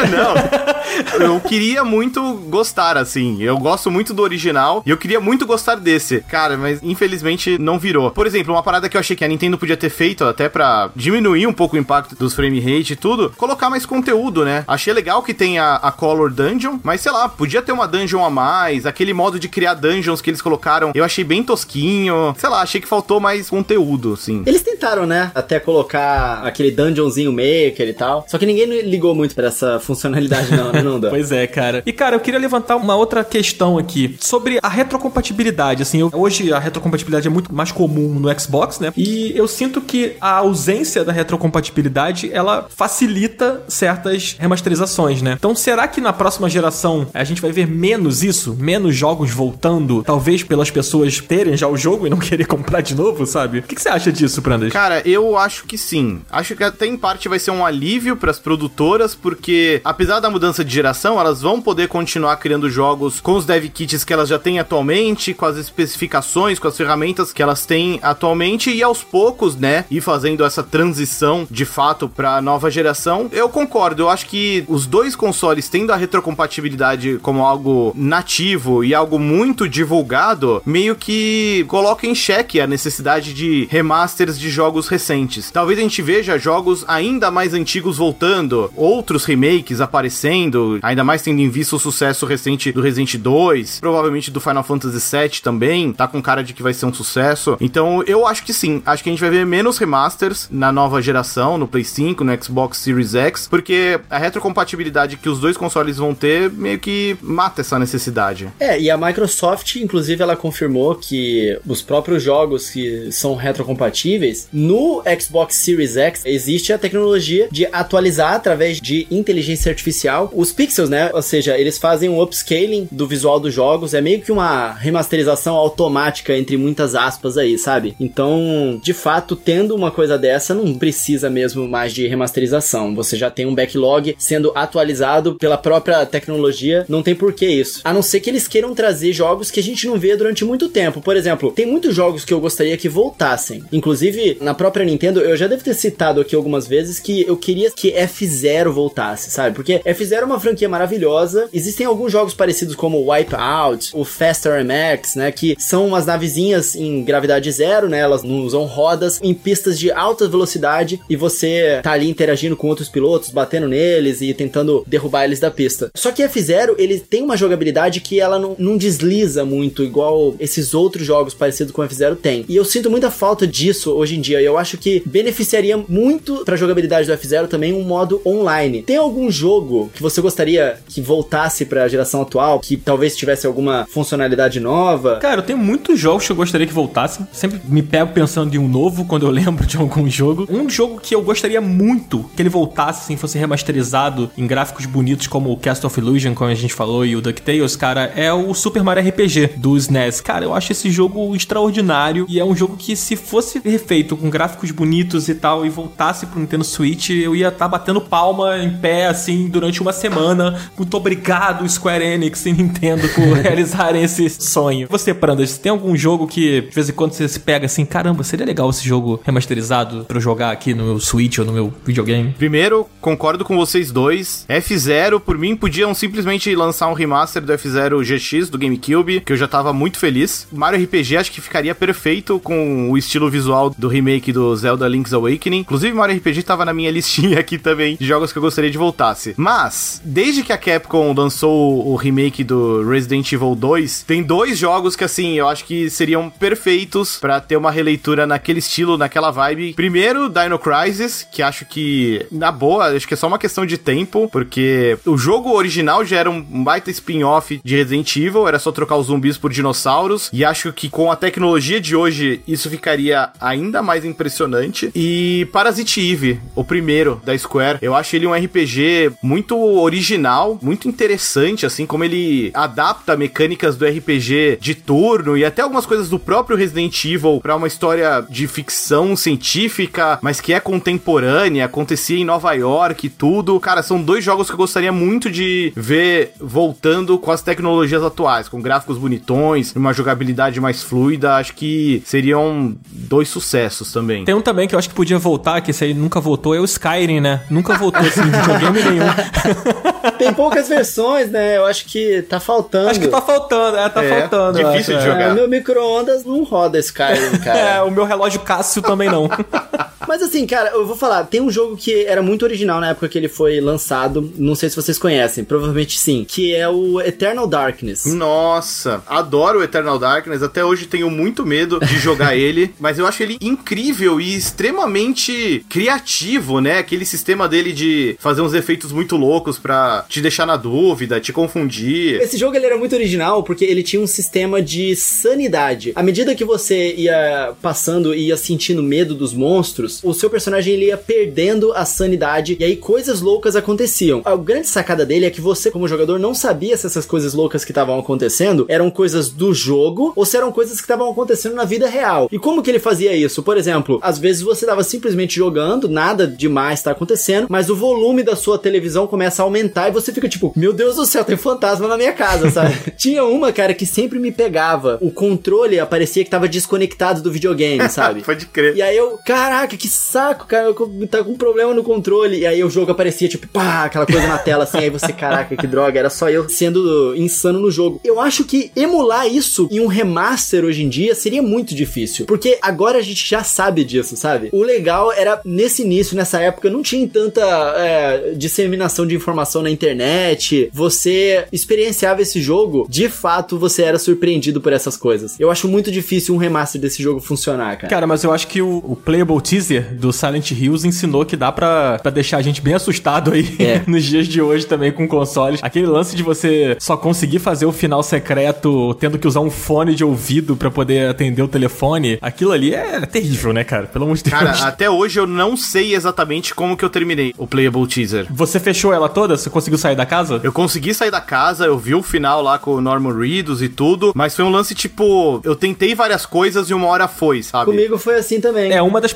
Não, eu queria muito gostar, assim. Eu gosto muito do original e eu queria muito gostar desse. Cara, mas infelizmente não virou. Por exemplo, uma parada que eu achei que a Nintendo podia ter feito, até pra diminuir um pouco o impacto dos frame rate e tudo, colocar mais conteúdo, né? Achei legal que tem a Color Dungeon, mas sei lá, podia ter uma dungeon a mais, aquele modo de criar dungeons que eles colocaram, eu achei bem tosquinho, sei lá, achei que faltou mais conteúdo, assim. Eles tentaram, né? Até colocar aquele dungeonzinho maker e tal, só que ninguém ligou muito pra essa funcionalidade não, né? Não dá. Pois é, cara. E, cara, eu queria levantar uma outra questão aqui, sobre a retrocompatibilidade, assim, hoje a retrocompatibilidade é muito mais comum no Xbox, né? E eu sinto que a ausência da retrocompatibilidade, ela facilita certas remasterizações, né? Então, será que na próxima geração a gente vai ver menos isso? Menos jogos voltando? Talvez pelas pessoas terem já o jogo e não querer comprar de novo, sabe? O que você acha disso, Prandas? Cara, eu acho que sim. Acho que até em parte vai ser um alívio pras produtoras, porque apesar da mudança de geração, elas vão poder continuar criando jogos com os dev kits que elas já têm atualmente, com as especificações, com as ferramentas que elas têm atualmente, e aos poucos, né, ir fazendo essa transição de fato pra nova geração. Eu concordo, eu acho que os dois consoles tendo a retrocompatibilidade como algo nativo e algo muito divulgado, meio que coloca em xeque a necessidade de remasters de jogos recentes. Talvez a gente veja jogos ainda mais antigos voltando, outros remakes aparecendo, ainda mais tendo em vista o sucesso recente do Resident 2, provavelmente do Final Fantasy VII também, tá com cara de que vai ser um sucesso. Então eu acho que sim, acho que a gente vai ver menos remasters na nova geração, no Play 5, no Xbox Series X, porque a retrocompatibilidade que os dois consoles vão ter meio que mata essa necessidade. E a Microsoft, inclusive, ela confirmou que os próprios jogos que são retrocompatíveis, no Xbox Series X existe a tecnologia de atualizar através de inteligência artificial os pixels, né? Ou seja, eles fazem um upscaling do visual dos jogos, é meio que uma remasterização automática, entre muitas aspas aí, sabe? Então, de fato, tendo uma coisa dessa, não precisa mesmo mais de remasterização. Você já tem um backlog sendo atualizado pela própria tecnologia, não tem porquê isso. A não ser que eles queiram trazer jogos que a gente não vê durante muito tempo. Por exemplo, tem muitos jogos que eu gostaria que voltassem. Inclusive, na própria Nintendo, eu já devo ter citado aqui algumas vezes que eu queria que F-Zero voltasse voltasse, sabe? Porque F-Zero é uma franquia maravilhosa, existem alguns jogos parecidos como Wipeout, o Faster MX, né, que são umas navezinhas em gravidade zero, né, elas não usam rodas, em pistas de alta velocidade, e você tá ali interagindo com outros pilotos, batendo neles e tentando derrubar eles da pista. Só que F-Zero, ele tem uma jogabilidade que ela não desliza muito, igual esses outros jogos parecidos com F-Zero tem. E eu sinto muita falta disso hoje em dia, e eu acho que beneficiaria muito pra jogabilidade do F-Zero também um modo online. Tem algum jogo que você gostaria que voltasse pra geração atual, que talvez tivesse alguma funcionalidade nova? Cara, eu tenho muitos jogos que eu gostaria que voltassem. Sempre me pego pensando em um novo quando eu lembro de algum jogo. Um jogo que eu gostaria muito que ele voltasse, assim, fosse remasterizado em gráficos bonitos como o Castle of Illusion, como a gente falou, e o DuckTales, cara, é o Super Mario RPG do SNES. Cara, eu acho esse jogo extraordinário e é um jogo que, se fosse refeito com gráficos bonitos e tal e voltasse pro Nintendo Switch, eu ia estar batendo palma em pé, assim, durante uma semana. Muito obrigado, Square Enix e Nintendo, por realizarem esse sonho. Você, Prandas, tem algum jogo que de vez em quando você se pega assim, caramba, seria legal esse jogo remasterizado pra eu jogar aqui no meu Switch ou no meu videogame? Primeiro, concordo com vocês dois. F-Zero, por mim, podiam simplesmente lançar um remaster do F-Zero GX do GameCube, que eu já tava muito feliz. Mario RPG acho que ficaria perfeito com o estilo visual do remake do Zelda Link's Awakening. Inclusive, Mario RPG tava na minha listinha aqui também de jogos que eu gostaria de voltasse. Mas, desde que a Capcom lançou o remake do Resident Evil 2, tem dois jogos que, assim, eu acho que seriam perfeitos pra ter uma releitura naquele estilo, naquela vibe. Primeiro, Dino Crisis, que acho que, na boa, acho que é só uma questão de tempo, porque o jogo original já era um baita spin-off de Resident Evil, era só trocar os zumbis por dinossauros, e acho que com a tecnologia de hoje, isso ficaria ainda mais impressionante. E Parasite Eve, o primeiro da Square, eu acho ele um RPG muito original, muito interessante, assim, como ele adapta mecânicas do RPG de turno e até algumas coisas do próprio Resident Evil pra uma história de ficção científica, mas que é contemporânea, acontecia em Nova York e tudo. Cara, são dois jogos que eu gostaria muito de ver voltando com as tecnologias atuais, com gráficos bonitões, uma jogabilidade mais fluida. Acho que seriam dois sucessos também. Tem um também que eu acho que podia voltar, que esse aí nunca voltou, é o Skyrim, né? Nunca voltou assim em videogame nenhum. Tem poucas versões, né? Eu acho que tá faltando. Acho que tá faltando, faltando. Difícil de jogar. O meu micro-ondas não roda Skyrim, cara. O meu relógio Cássio também não. Mas assim, cara, eu vou falar, tem um jogo que era muito original na época que ele foi lançado, não sei se vocês conhecem, provavelmente sim, que é o Eternal Darkness. Nossa, adoro o Eternal Darkness, até hoje tenho muito medo de jogar ele, mas eu acho ele incrível e extremamente criativo, né? Aquele sistema dele de fazer uns efeitos muito loucos pra te deixar na dúvida, te confundir. Esse jogo ele era muito original porque ele tinha um sistema de sanidade. À medida que você ia passando e ia sentindo medo dos monstros, o seu personagem ele ia perdendo a sanidade e aí coisas loucas aconteciam. A grande sacada dele é que você, como jogador, não sabia se essas coisas loucas que estavam acontecendo eram coisas do jogo ou se eram coisas que estavam acontecendo na vida real. E como que ele fazia isso? Por exemplo, às vezes você estava simplesmente jogando, nada demais está acontecendo, mas o volume da sua televisão começa a aumentar e você fica tipo, meu Deus do céu, tem fantasma na minha casa, sabe? Tinha uma, cara, que sempre me pegava. O controle aparecia que tava desconectado do videogame, sabe? Pode crer. E aí eu, caraca, que saco, cara, tá com problema no controle. E aí o jogo aparecia, tipo, pá, aquela coisa na tela, assim, aí você, caraca, que droga, era só eu sendo insano no jogo. Eu acho que emular isso em um remaster hoje em dia seria muito difícil, porque agora a gente já sabe disso, sabe? O legal era, nesse início, nessa época, não tinha tanta disseminação de informação na internet, você experienciava esse jogo, de fato, você era surpreendido por essas coisas. Eu acho muito difícil um remaster desse jogo funcionar, cara. Cara, mas eu acho que o Playable Teaser do Silent Hills ensinou que dá pra deixar a gente bem assustado aí nos dias de hoje também com consoles. Aquele lance de você só conseguir fazer o final secreto tendo que usar um fone de ouvido pra poder atender o telefone, aquilo ali é terrível, né, cara? Pelo amor de Deus. Cara, até hoje eu não sei exatamente como que eu terminei o Playable Teaser. Você fechou ela toda? Você conseguiu sair da casa? Eu consegui sair da casa, eu vi o final lá com o Norman Reedus e tudo, mas foi um lance tipo, eu tentei várias coisas e uma hora foi, sabe? Comigo foi assim também. Uma das paradas você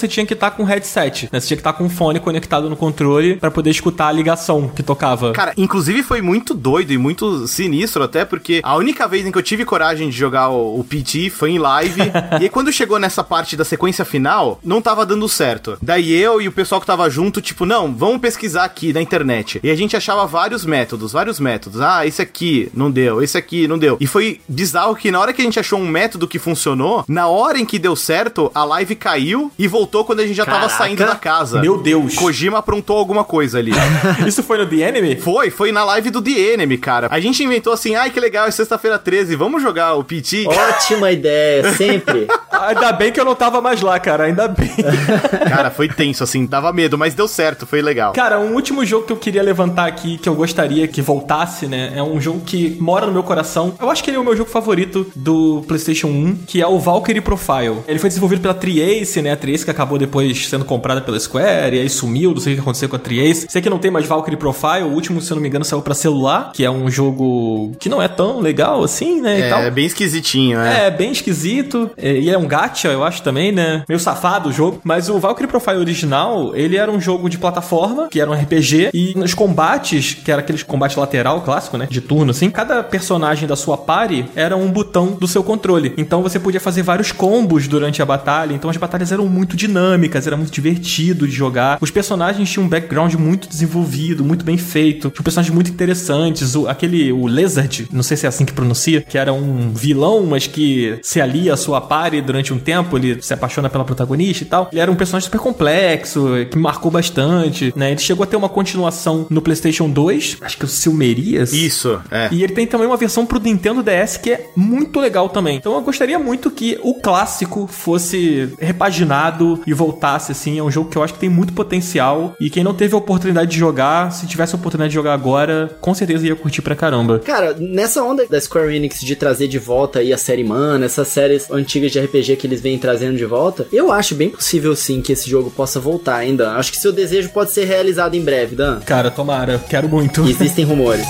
você tinha que estar com headset, né? Você tinha que estar com um fone conectado no controle pra poder escutar a ligação que tocava. Cara, inclusive foi muito doido e muito sinistro até, porque a única vez em que eu tive coragem de jogar o PT foi em live, e aí quando chegou nessa parte da sequência final, não tava dando certo. Daí eu e o pessoal que tava junto, tipo, não, vamos pesquisar aqui na internet. E a gente achava vários métodos. Ah, esse aqui não deu, esse aqui não deu. E foi bizarro que na hora que a gente achou um método que funcionou, na hora em que deu certo, a live caiu e voltou quando a gente já tava saindo da casa. Meu Deus. Kojima aprontou alguma coisa ali. Isso foi no The Enemy? Foi na live do The Enemy, cara. A gente inventou assim, ai que legal, é sexta-feira 13, vamos jogar o PT? Ótima ideia, sempre. Ainda bem que eu não tava mais lá, cara, ainda bem. Cara, foi tenso, assim, dava medo, mas deu certo, foi legal. Cara, um último jogo que eu queria levantar aqui, que eu gostaria que voltasse, né, é um jogo que mora no meu coração. Eu acho que ele é o meu jogo favorito do PlayStation 1, que é o Valkyrie Profile. Ele foi desenvolvido pela Tri-Ace, né, a Tri-Ace que acabou depois sendo comprada pela Square, e aí sumiu, não sei o que aconteceu com a Tri-Ace. Sei que não tem mais Valkyrie Profile, o último, se eu não me engano, saiu pra celular, que é um jogo que não é tão legal assim, né, e tal. É bem esquisitinho, né? É, bem esquisito. E é um gacha, eu acho também, né? Meio safado o jogo. Mas o Valkyrie Profile original, ele era um jogo de plataforma, que era um RPG, e nos combates, que era aquele combate lateral clássico, né? De turno, assim, cada personagem da sua party era um botão do seu controle. Então você podia fazer vários combos durante a batalha. Então as batalhas eram muito dinâmicas, era muito divertido de jogar. Os personagens tinham um background muito desenvolvido, muito bem feito. Tinham personagens muito interessantes. O Lizard, não sei se é assim que pronuncia, que era um vilão, mas que se alia à sua party durante um tempo, ele se apaixona pela protagonista e tal. Ele era um personagem super complexo, que me marcou bastante, né? Ele chegou a ter uma continuação no PlayStation 2, acho que é o Silmerias. Isso, é. E ele tem também uma versão pro Nintendo DS que é muito legal também. Então eu gostaria muito que o clássico fosse repaginado e voltasse, assim. É um jogo que eu acho que tem muito potencial, e quem não teve a oportunidade de jogar, se tivesse a oportunidade de jogar agora, com certeza ia curtir pra caramba. Cara, nessa onda da Square Enix de trazer de volta aí a série Mana, essas séries antigas de RPG que eles vêm trazendo de volta, eu acho bem possível sim que esse jogo possa voltar ainda. Acho que seu desejo pode ser realizado em breve, Dan. Cara, tomara, quero muito. Existem rumores.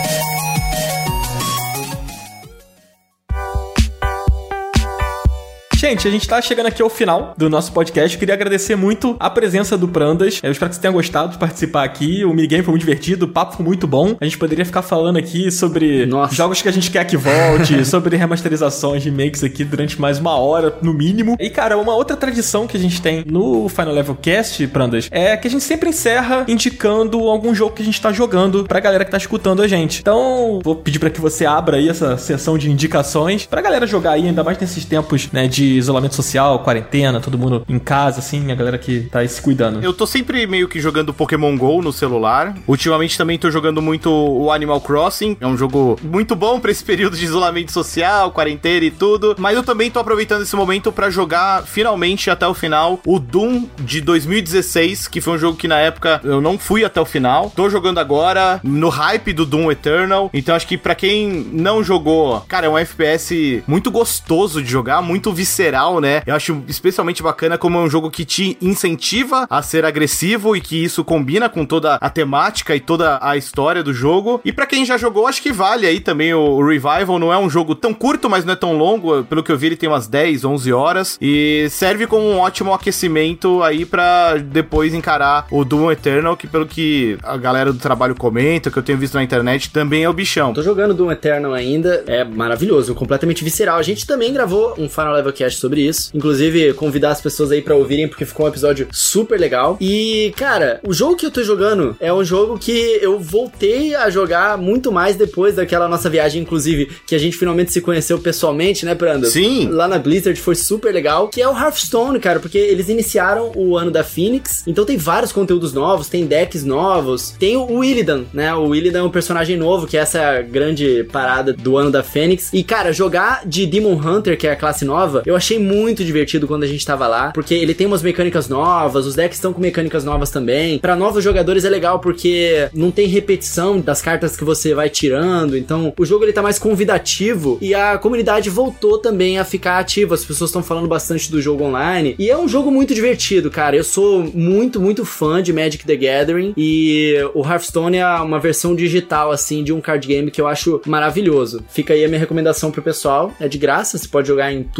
Gente, a gente tá chegando aqui ao final do nosso podcast. Eu queria agradecer muito a presença do Prandas. Eu espero que você tenha gostado de participar aqui. O minigame foi muito divertido, o papo foi muito bom. A gente poderia ficar falando aqui sobre jogos que a gente quer que volte, sobre remasterizações, remakes aqui durante mais uma hora, no mínimo. E, cara, uma outra tradição que a gente tem no Final Level Cast, Prandas, é que a gente sempre encerra indicando algum jogo que a gente tá jogando pra galera que tá escutando a gente. Então, vou pedir pra que você abra aí essa sessão de indicações pra galera jogar aí, ainda mais nesses tempos, né, de isolamento social, quarentena, todo mundo em casa, assim, a galera que tá aí se cuidando. Eu tô sempre meio que jogando Pokémon GO no celular. Ultimamente também tô jogando muito o Animal Crossing. É um jogo muito bom pra esse período de isolamento social, quarentena e tudo. Mas eu também tô aproveitando esse momento pra jogar, finalmente, até o final, o Doom de 2016, que foi um jogo que na época eu não fui até o final. Tô jogando agora, no hype do Doom Eternal. Então acho que pra quem não jogou, cara, é um FPS muito gostoso de jogar, muito visceral, né? Eu acho especialmente bacana como é um jogo que te incentiva a ser agressivo e que isso combina com toda a temática e toda a história do jogo. E pra quem já jogou, acho que vale aí também o Revival. Não é um jogo tão curto, mas não é tão longo. Pelo que eu vi, ele tem umas 10, 11 horas e serve como um ótimo aquecimento aí pra depois encarar o Doom Eternal, que pelo que a galera do trabalho comenta, que eu tenho visto na internet, também é o bichão. Tô jogando Doom Eternal ainda, é maravilhoso, completamente visceral. A gente também gravou um Final Level Cast sobre isso. Inclusive, convidar as pessoas aí pra ouvirem, porque ficou um episódio super legal. E, cara, o jogo que eu tô jogando é um jogo que eu voltei a jogar muito mais depois daquela nossa viagem, inclusive, que a gente finalmente se conheceu pessoalmente, né, Prandas? Sim! Lá na Blizzard foi super legal, que é o Hearthstone, cara, porque eles iniciaram o ano da Phoenix, então tem vários conteúdos novos, tem decks novos, tem o Illidan, né? O Illidan é um personagem novo, que é essa grande parada do ano da Fênix. E, cara, jogar de Demon Hunter, que é a classe nova, eu achei muito divertido quando a gente tava lá, porque ele tem umas mecânicas novas, os decks estão com mecânicas novas também. Pra novos jogadores é legal porque não tem repetição das cartas que você vai tirando, então o jogo ele tá mais convidativo e a comunidade voltou também a ficar ativa, as pessoas estão falando bastante do jogo online e é um jogo muito divertido, cara. Eu sou muito, muito fã de Magic the Gathering e o Hearthstone é uma versão digital, assim, de um card game que eu acho maravilhoso. Fica aí a minha recomendação pro pessoal, é de graça, você pode jogar em tudo quanto é plataforma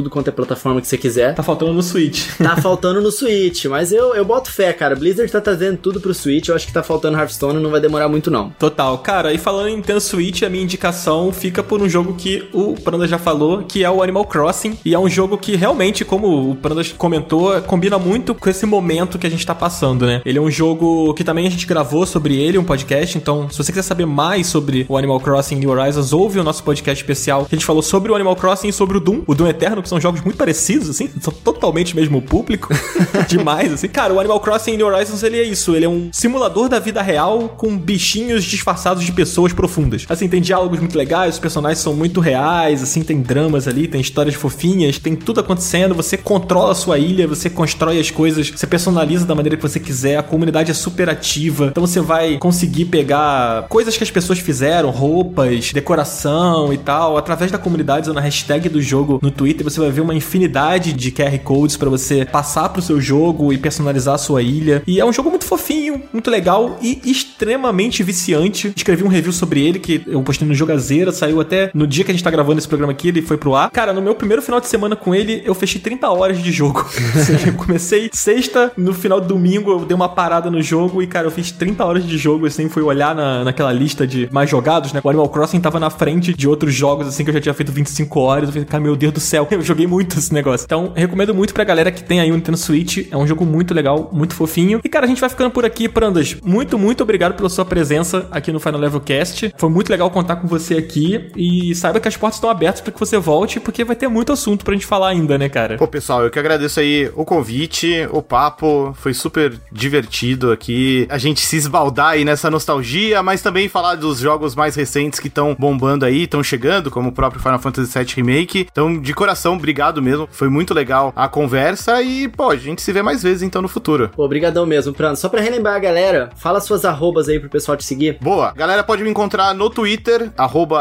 plataforma que você quiser. Tá faltando no Switch. Tá faltando no Switch, mas eu boto fé, cara. Blizzard tá trazendo tudo pro Switch, eu acho que tá faltando Hearthstone, não vai demorar muito não. Total. Cara, e falando em Nintendo Switch, a minha indicação fica por um jogo que o Pranda já falou, que é o Animal Crossing, e é um jogo que realmente, como o Pranda comentou, combina muito com esse momento que a gente tá passando, né? Ele é um jogo que também a gente gravou sobre ele, um podcast, então se você quiser saber mais sobre o Animal Crossing New Horizons, ouve o nosso podcast especial, que a gente falou sobre o Animal Crossing e sobre o Doom Eterno, que são jogos muito parecidos, assim, são totalmente mesmo público, demais, assim. Cara, o Animal Crossing New Horizons, ele é isso, ele é um simulador da vida real com bichinhos disfarçados de pessoas profundas. Assim, tem diálogos muito legais, os personagens são muito reais, assim, tem dramas ali, tem histórias fofinhas, tem tudo acontecendo, você controla a sua ilha, você constrói as coisas, você personaliza da maneira que você quiser, a comunidade é super ativa, então você vai conseguir pegar coisas que as pessoas fizeram, roupas, decoração e tal, através da comunidade, usando a hashtag do jogo no Twitter, você vai ver uma infinidade de QR Codes pra você passar pro seu jogo e personalizar a sua ilha, e é um jogo muito fofinho, muito legal e extremamente viciante. Escrevi um review sobre ele, que eu postei no Jogazeira, saiu até no dia que a gente tá gravando esse programa aqui, ele foi pro ar. Cara, no meu primeiro final de semana com ele, eu fechei 30 horas de jogo. Eu comecei sexta, no final do domingo eu dei uma parada no jogo e, cara, eu fiz 30 horas de jogo, assim, fui olhar naquela lista de mais jogados, né? O Animal Crossing tava na frente de outros jogos, assim, que eu já tinha feito 25 horas. Eu falei, cara, meu Deus do céu, eu joguei muito esse negócio. Então, recomendo muito pra galera que tem aí o Nintendo Switch. É um jogo muito legal, muito fofinho. E, cara, a gente vai ficando por aqui, Prandas. Muito, muito obrigado pela sua presença aqui no Final Level Cast. Foi muito legal contar com você aqui. E saiba que as portas estão abertas pra que você volte, porque vai ter muito assunto pra gente falar ainda, né, cara? Pô, pessoal, eu que agradeço aí o convite, o papo. Foi super divertido aqui. A gente se esbaldar aí nessa nostalgia, mas também falar dos jogos mais recentes que estão bombando aí, estão chegando, como o próprio Final Fantasy VII Remake. Então, de coração, obrigado mesmo. Foi muito legal a conversa e, pô, a gente se vê mais vezes então no futuro. Pô, obrigadão mesmo, Prando. Só pra relembrar a galera, fala suas arrobas aí pro pessoal te seguir. Boa. Galera pode me encontrar no Twitter,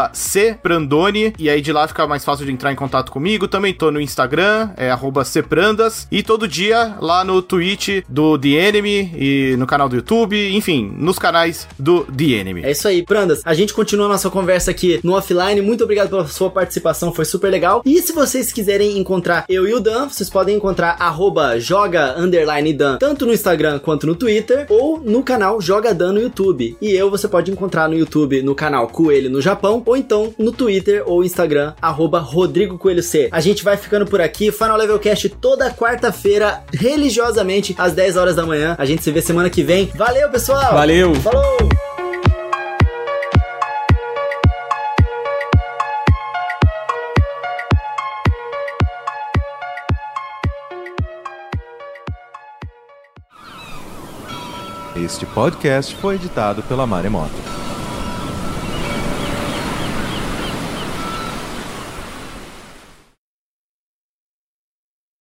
@cprandoni, e aí de lá fica mais fácil de entrar em contato comigo. Também tô no Instagram, @cprandas, e todo dia lá no Twitch do The Enemy e no canal do YouTube, enfim, nos canais do The Enemy. É isso aí, Prandas. A gente continua a nossa conversa aqui no offline. Muito obrigado pela sua participação, foi super legal. E se vocês quiserem encontrar eu e o Dan, vocês podem encontrar @joga_Dan, tanto no Instagram quanto no Twitter, ou no canal Joga Dan no YouTube. E você pode encontrar no YouTube, no canal Coelho no Japão, ou então no Twitter ou Instagram, @RodrigoCoelhoC. A gente vai ficando por aqui. Final Level Cast toda quarta-feira, religiosamente, às 10 horas da manhã. A gente se vê semana que vem. Valeu, pessoal! Valeu! Falou! Este podcast foi editado pela Maremoto.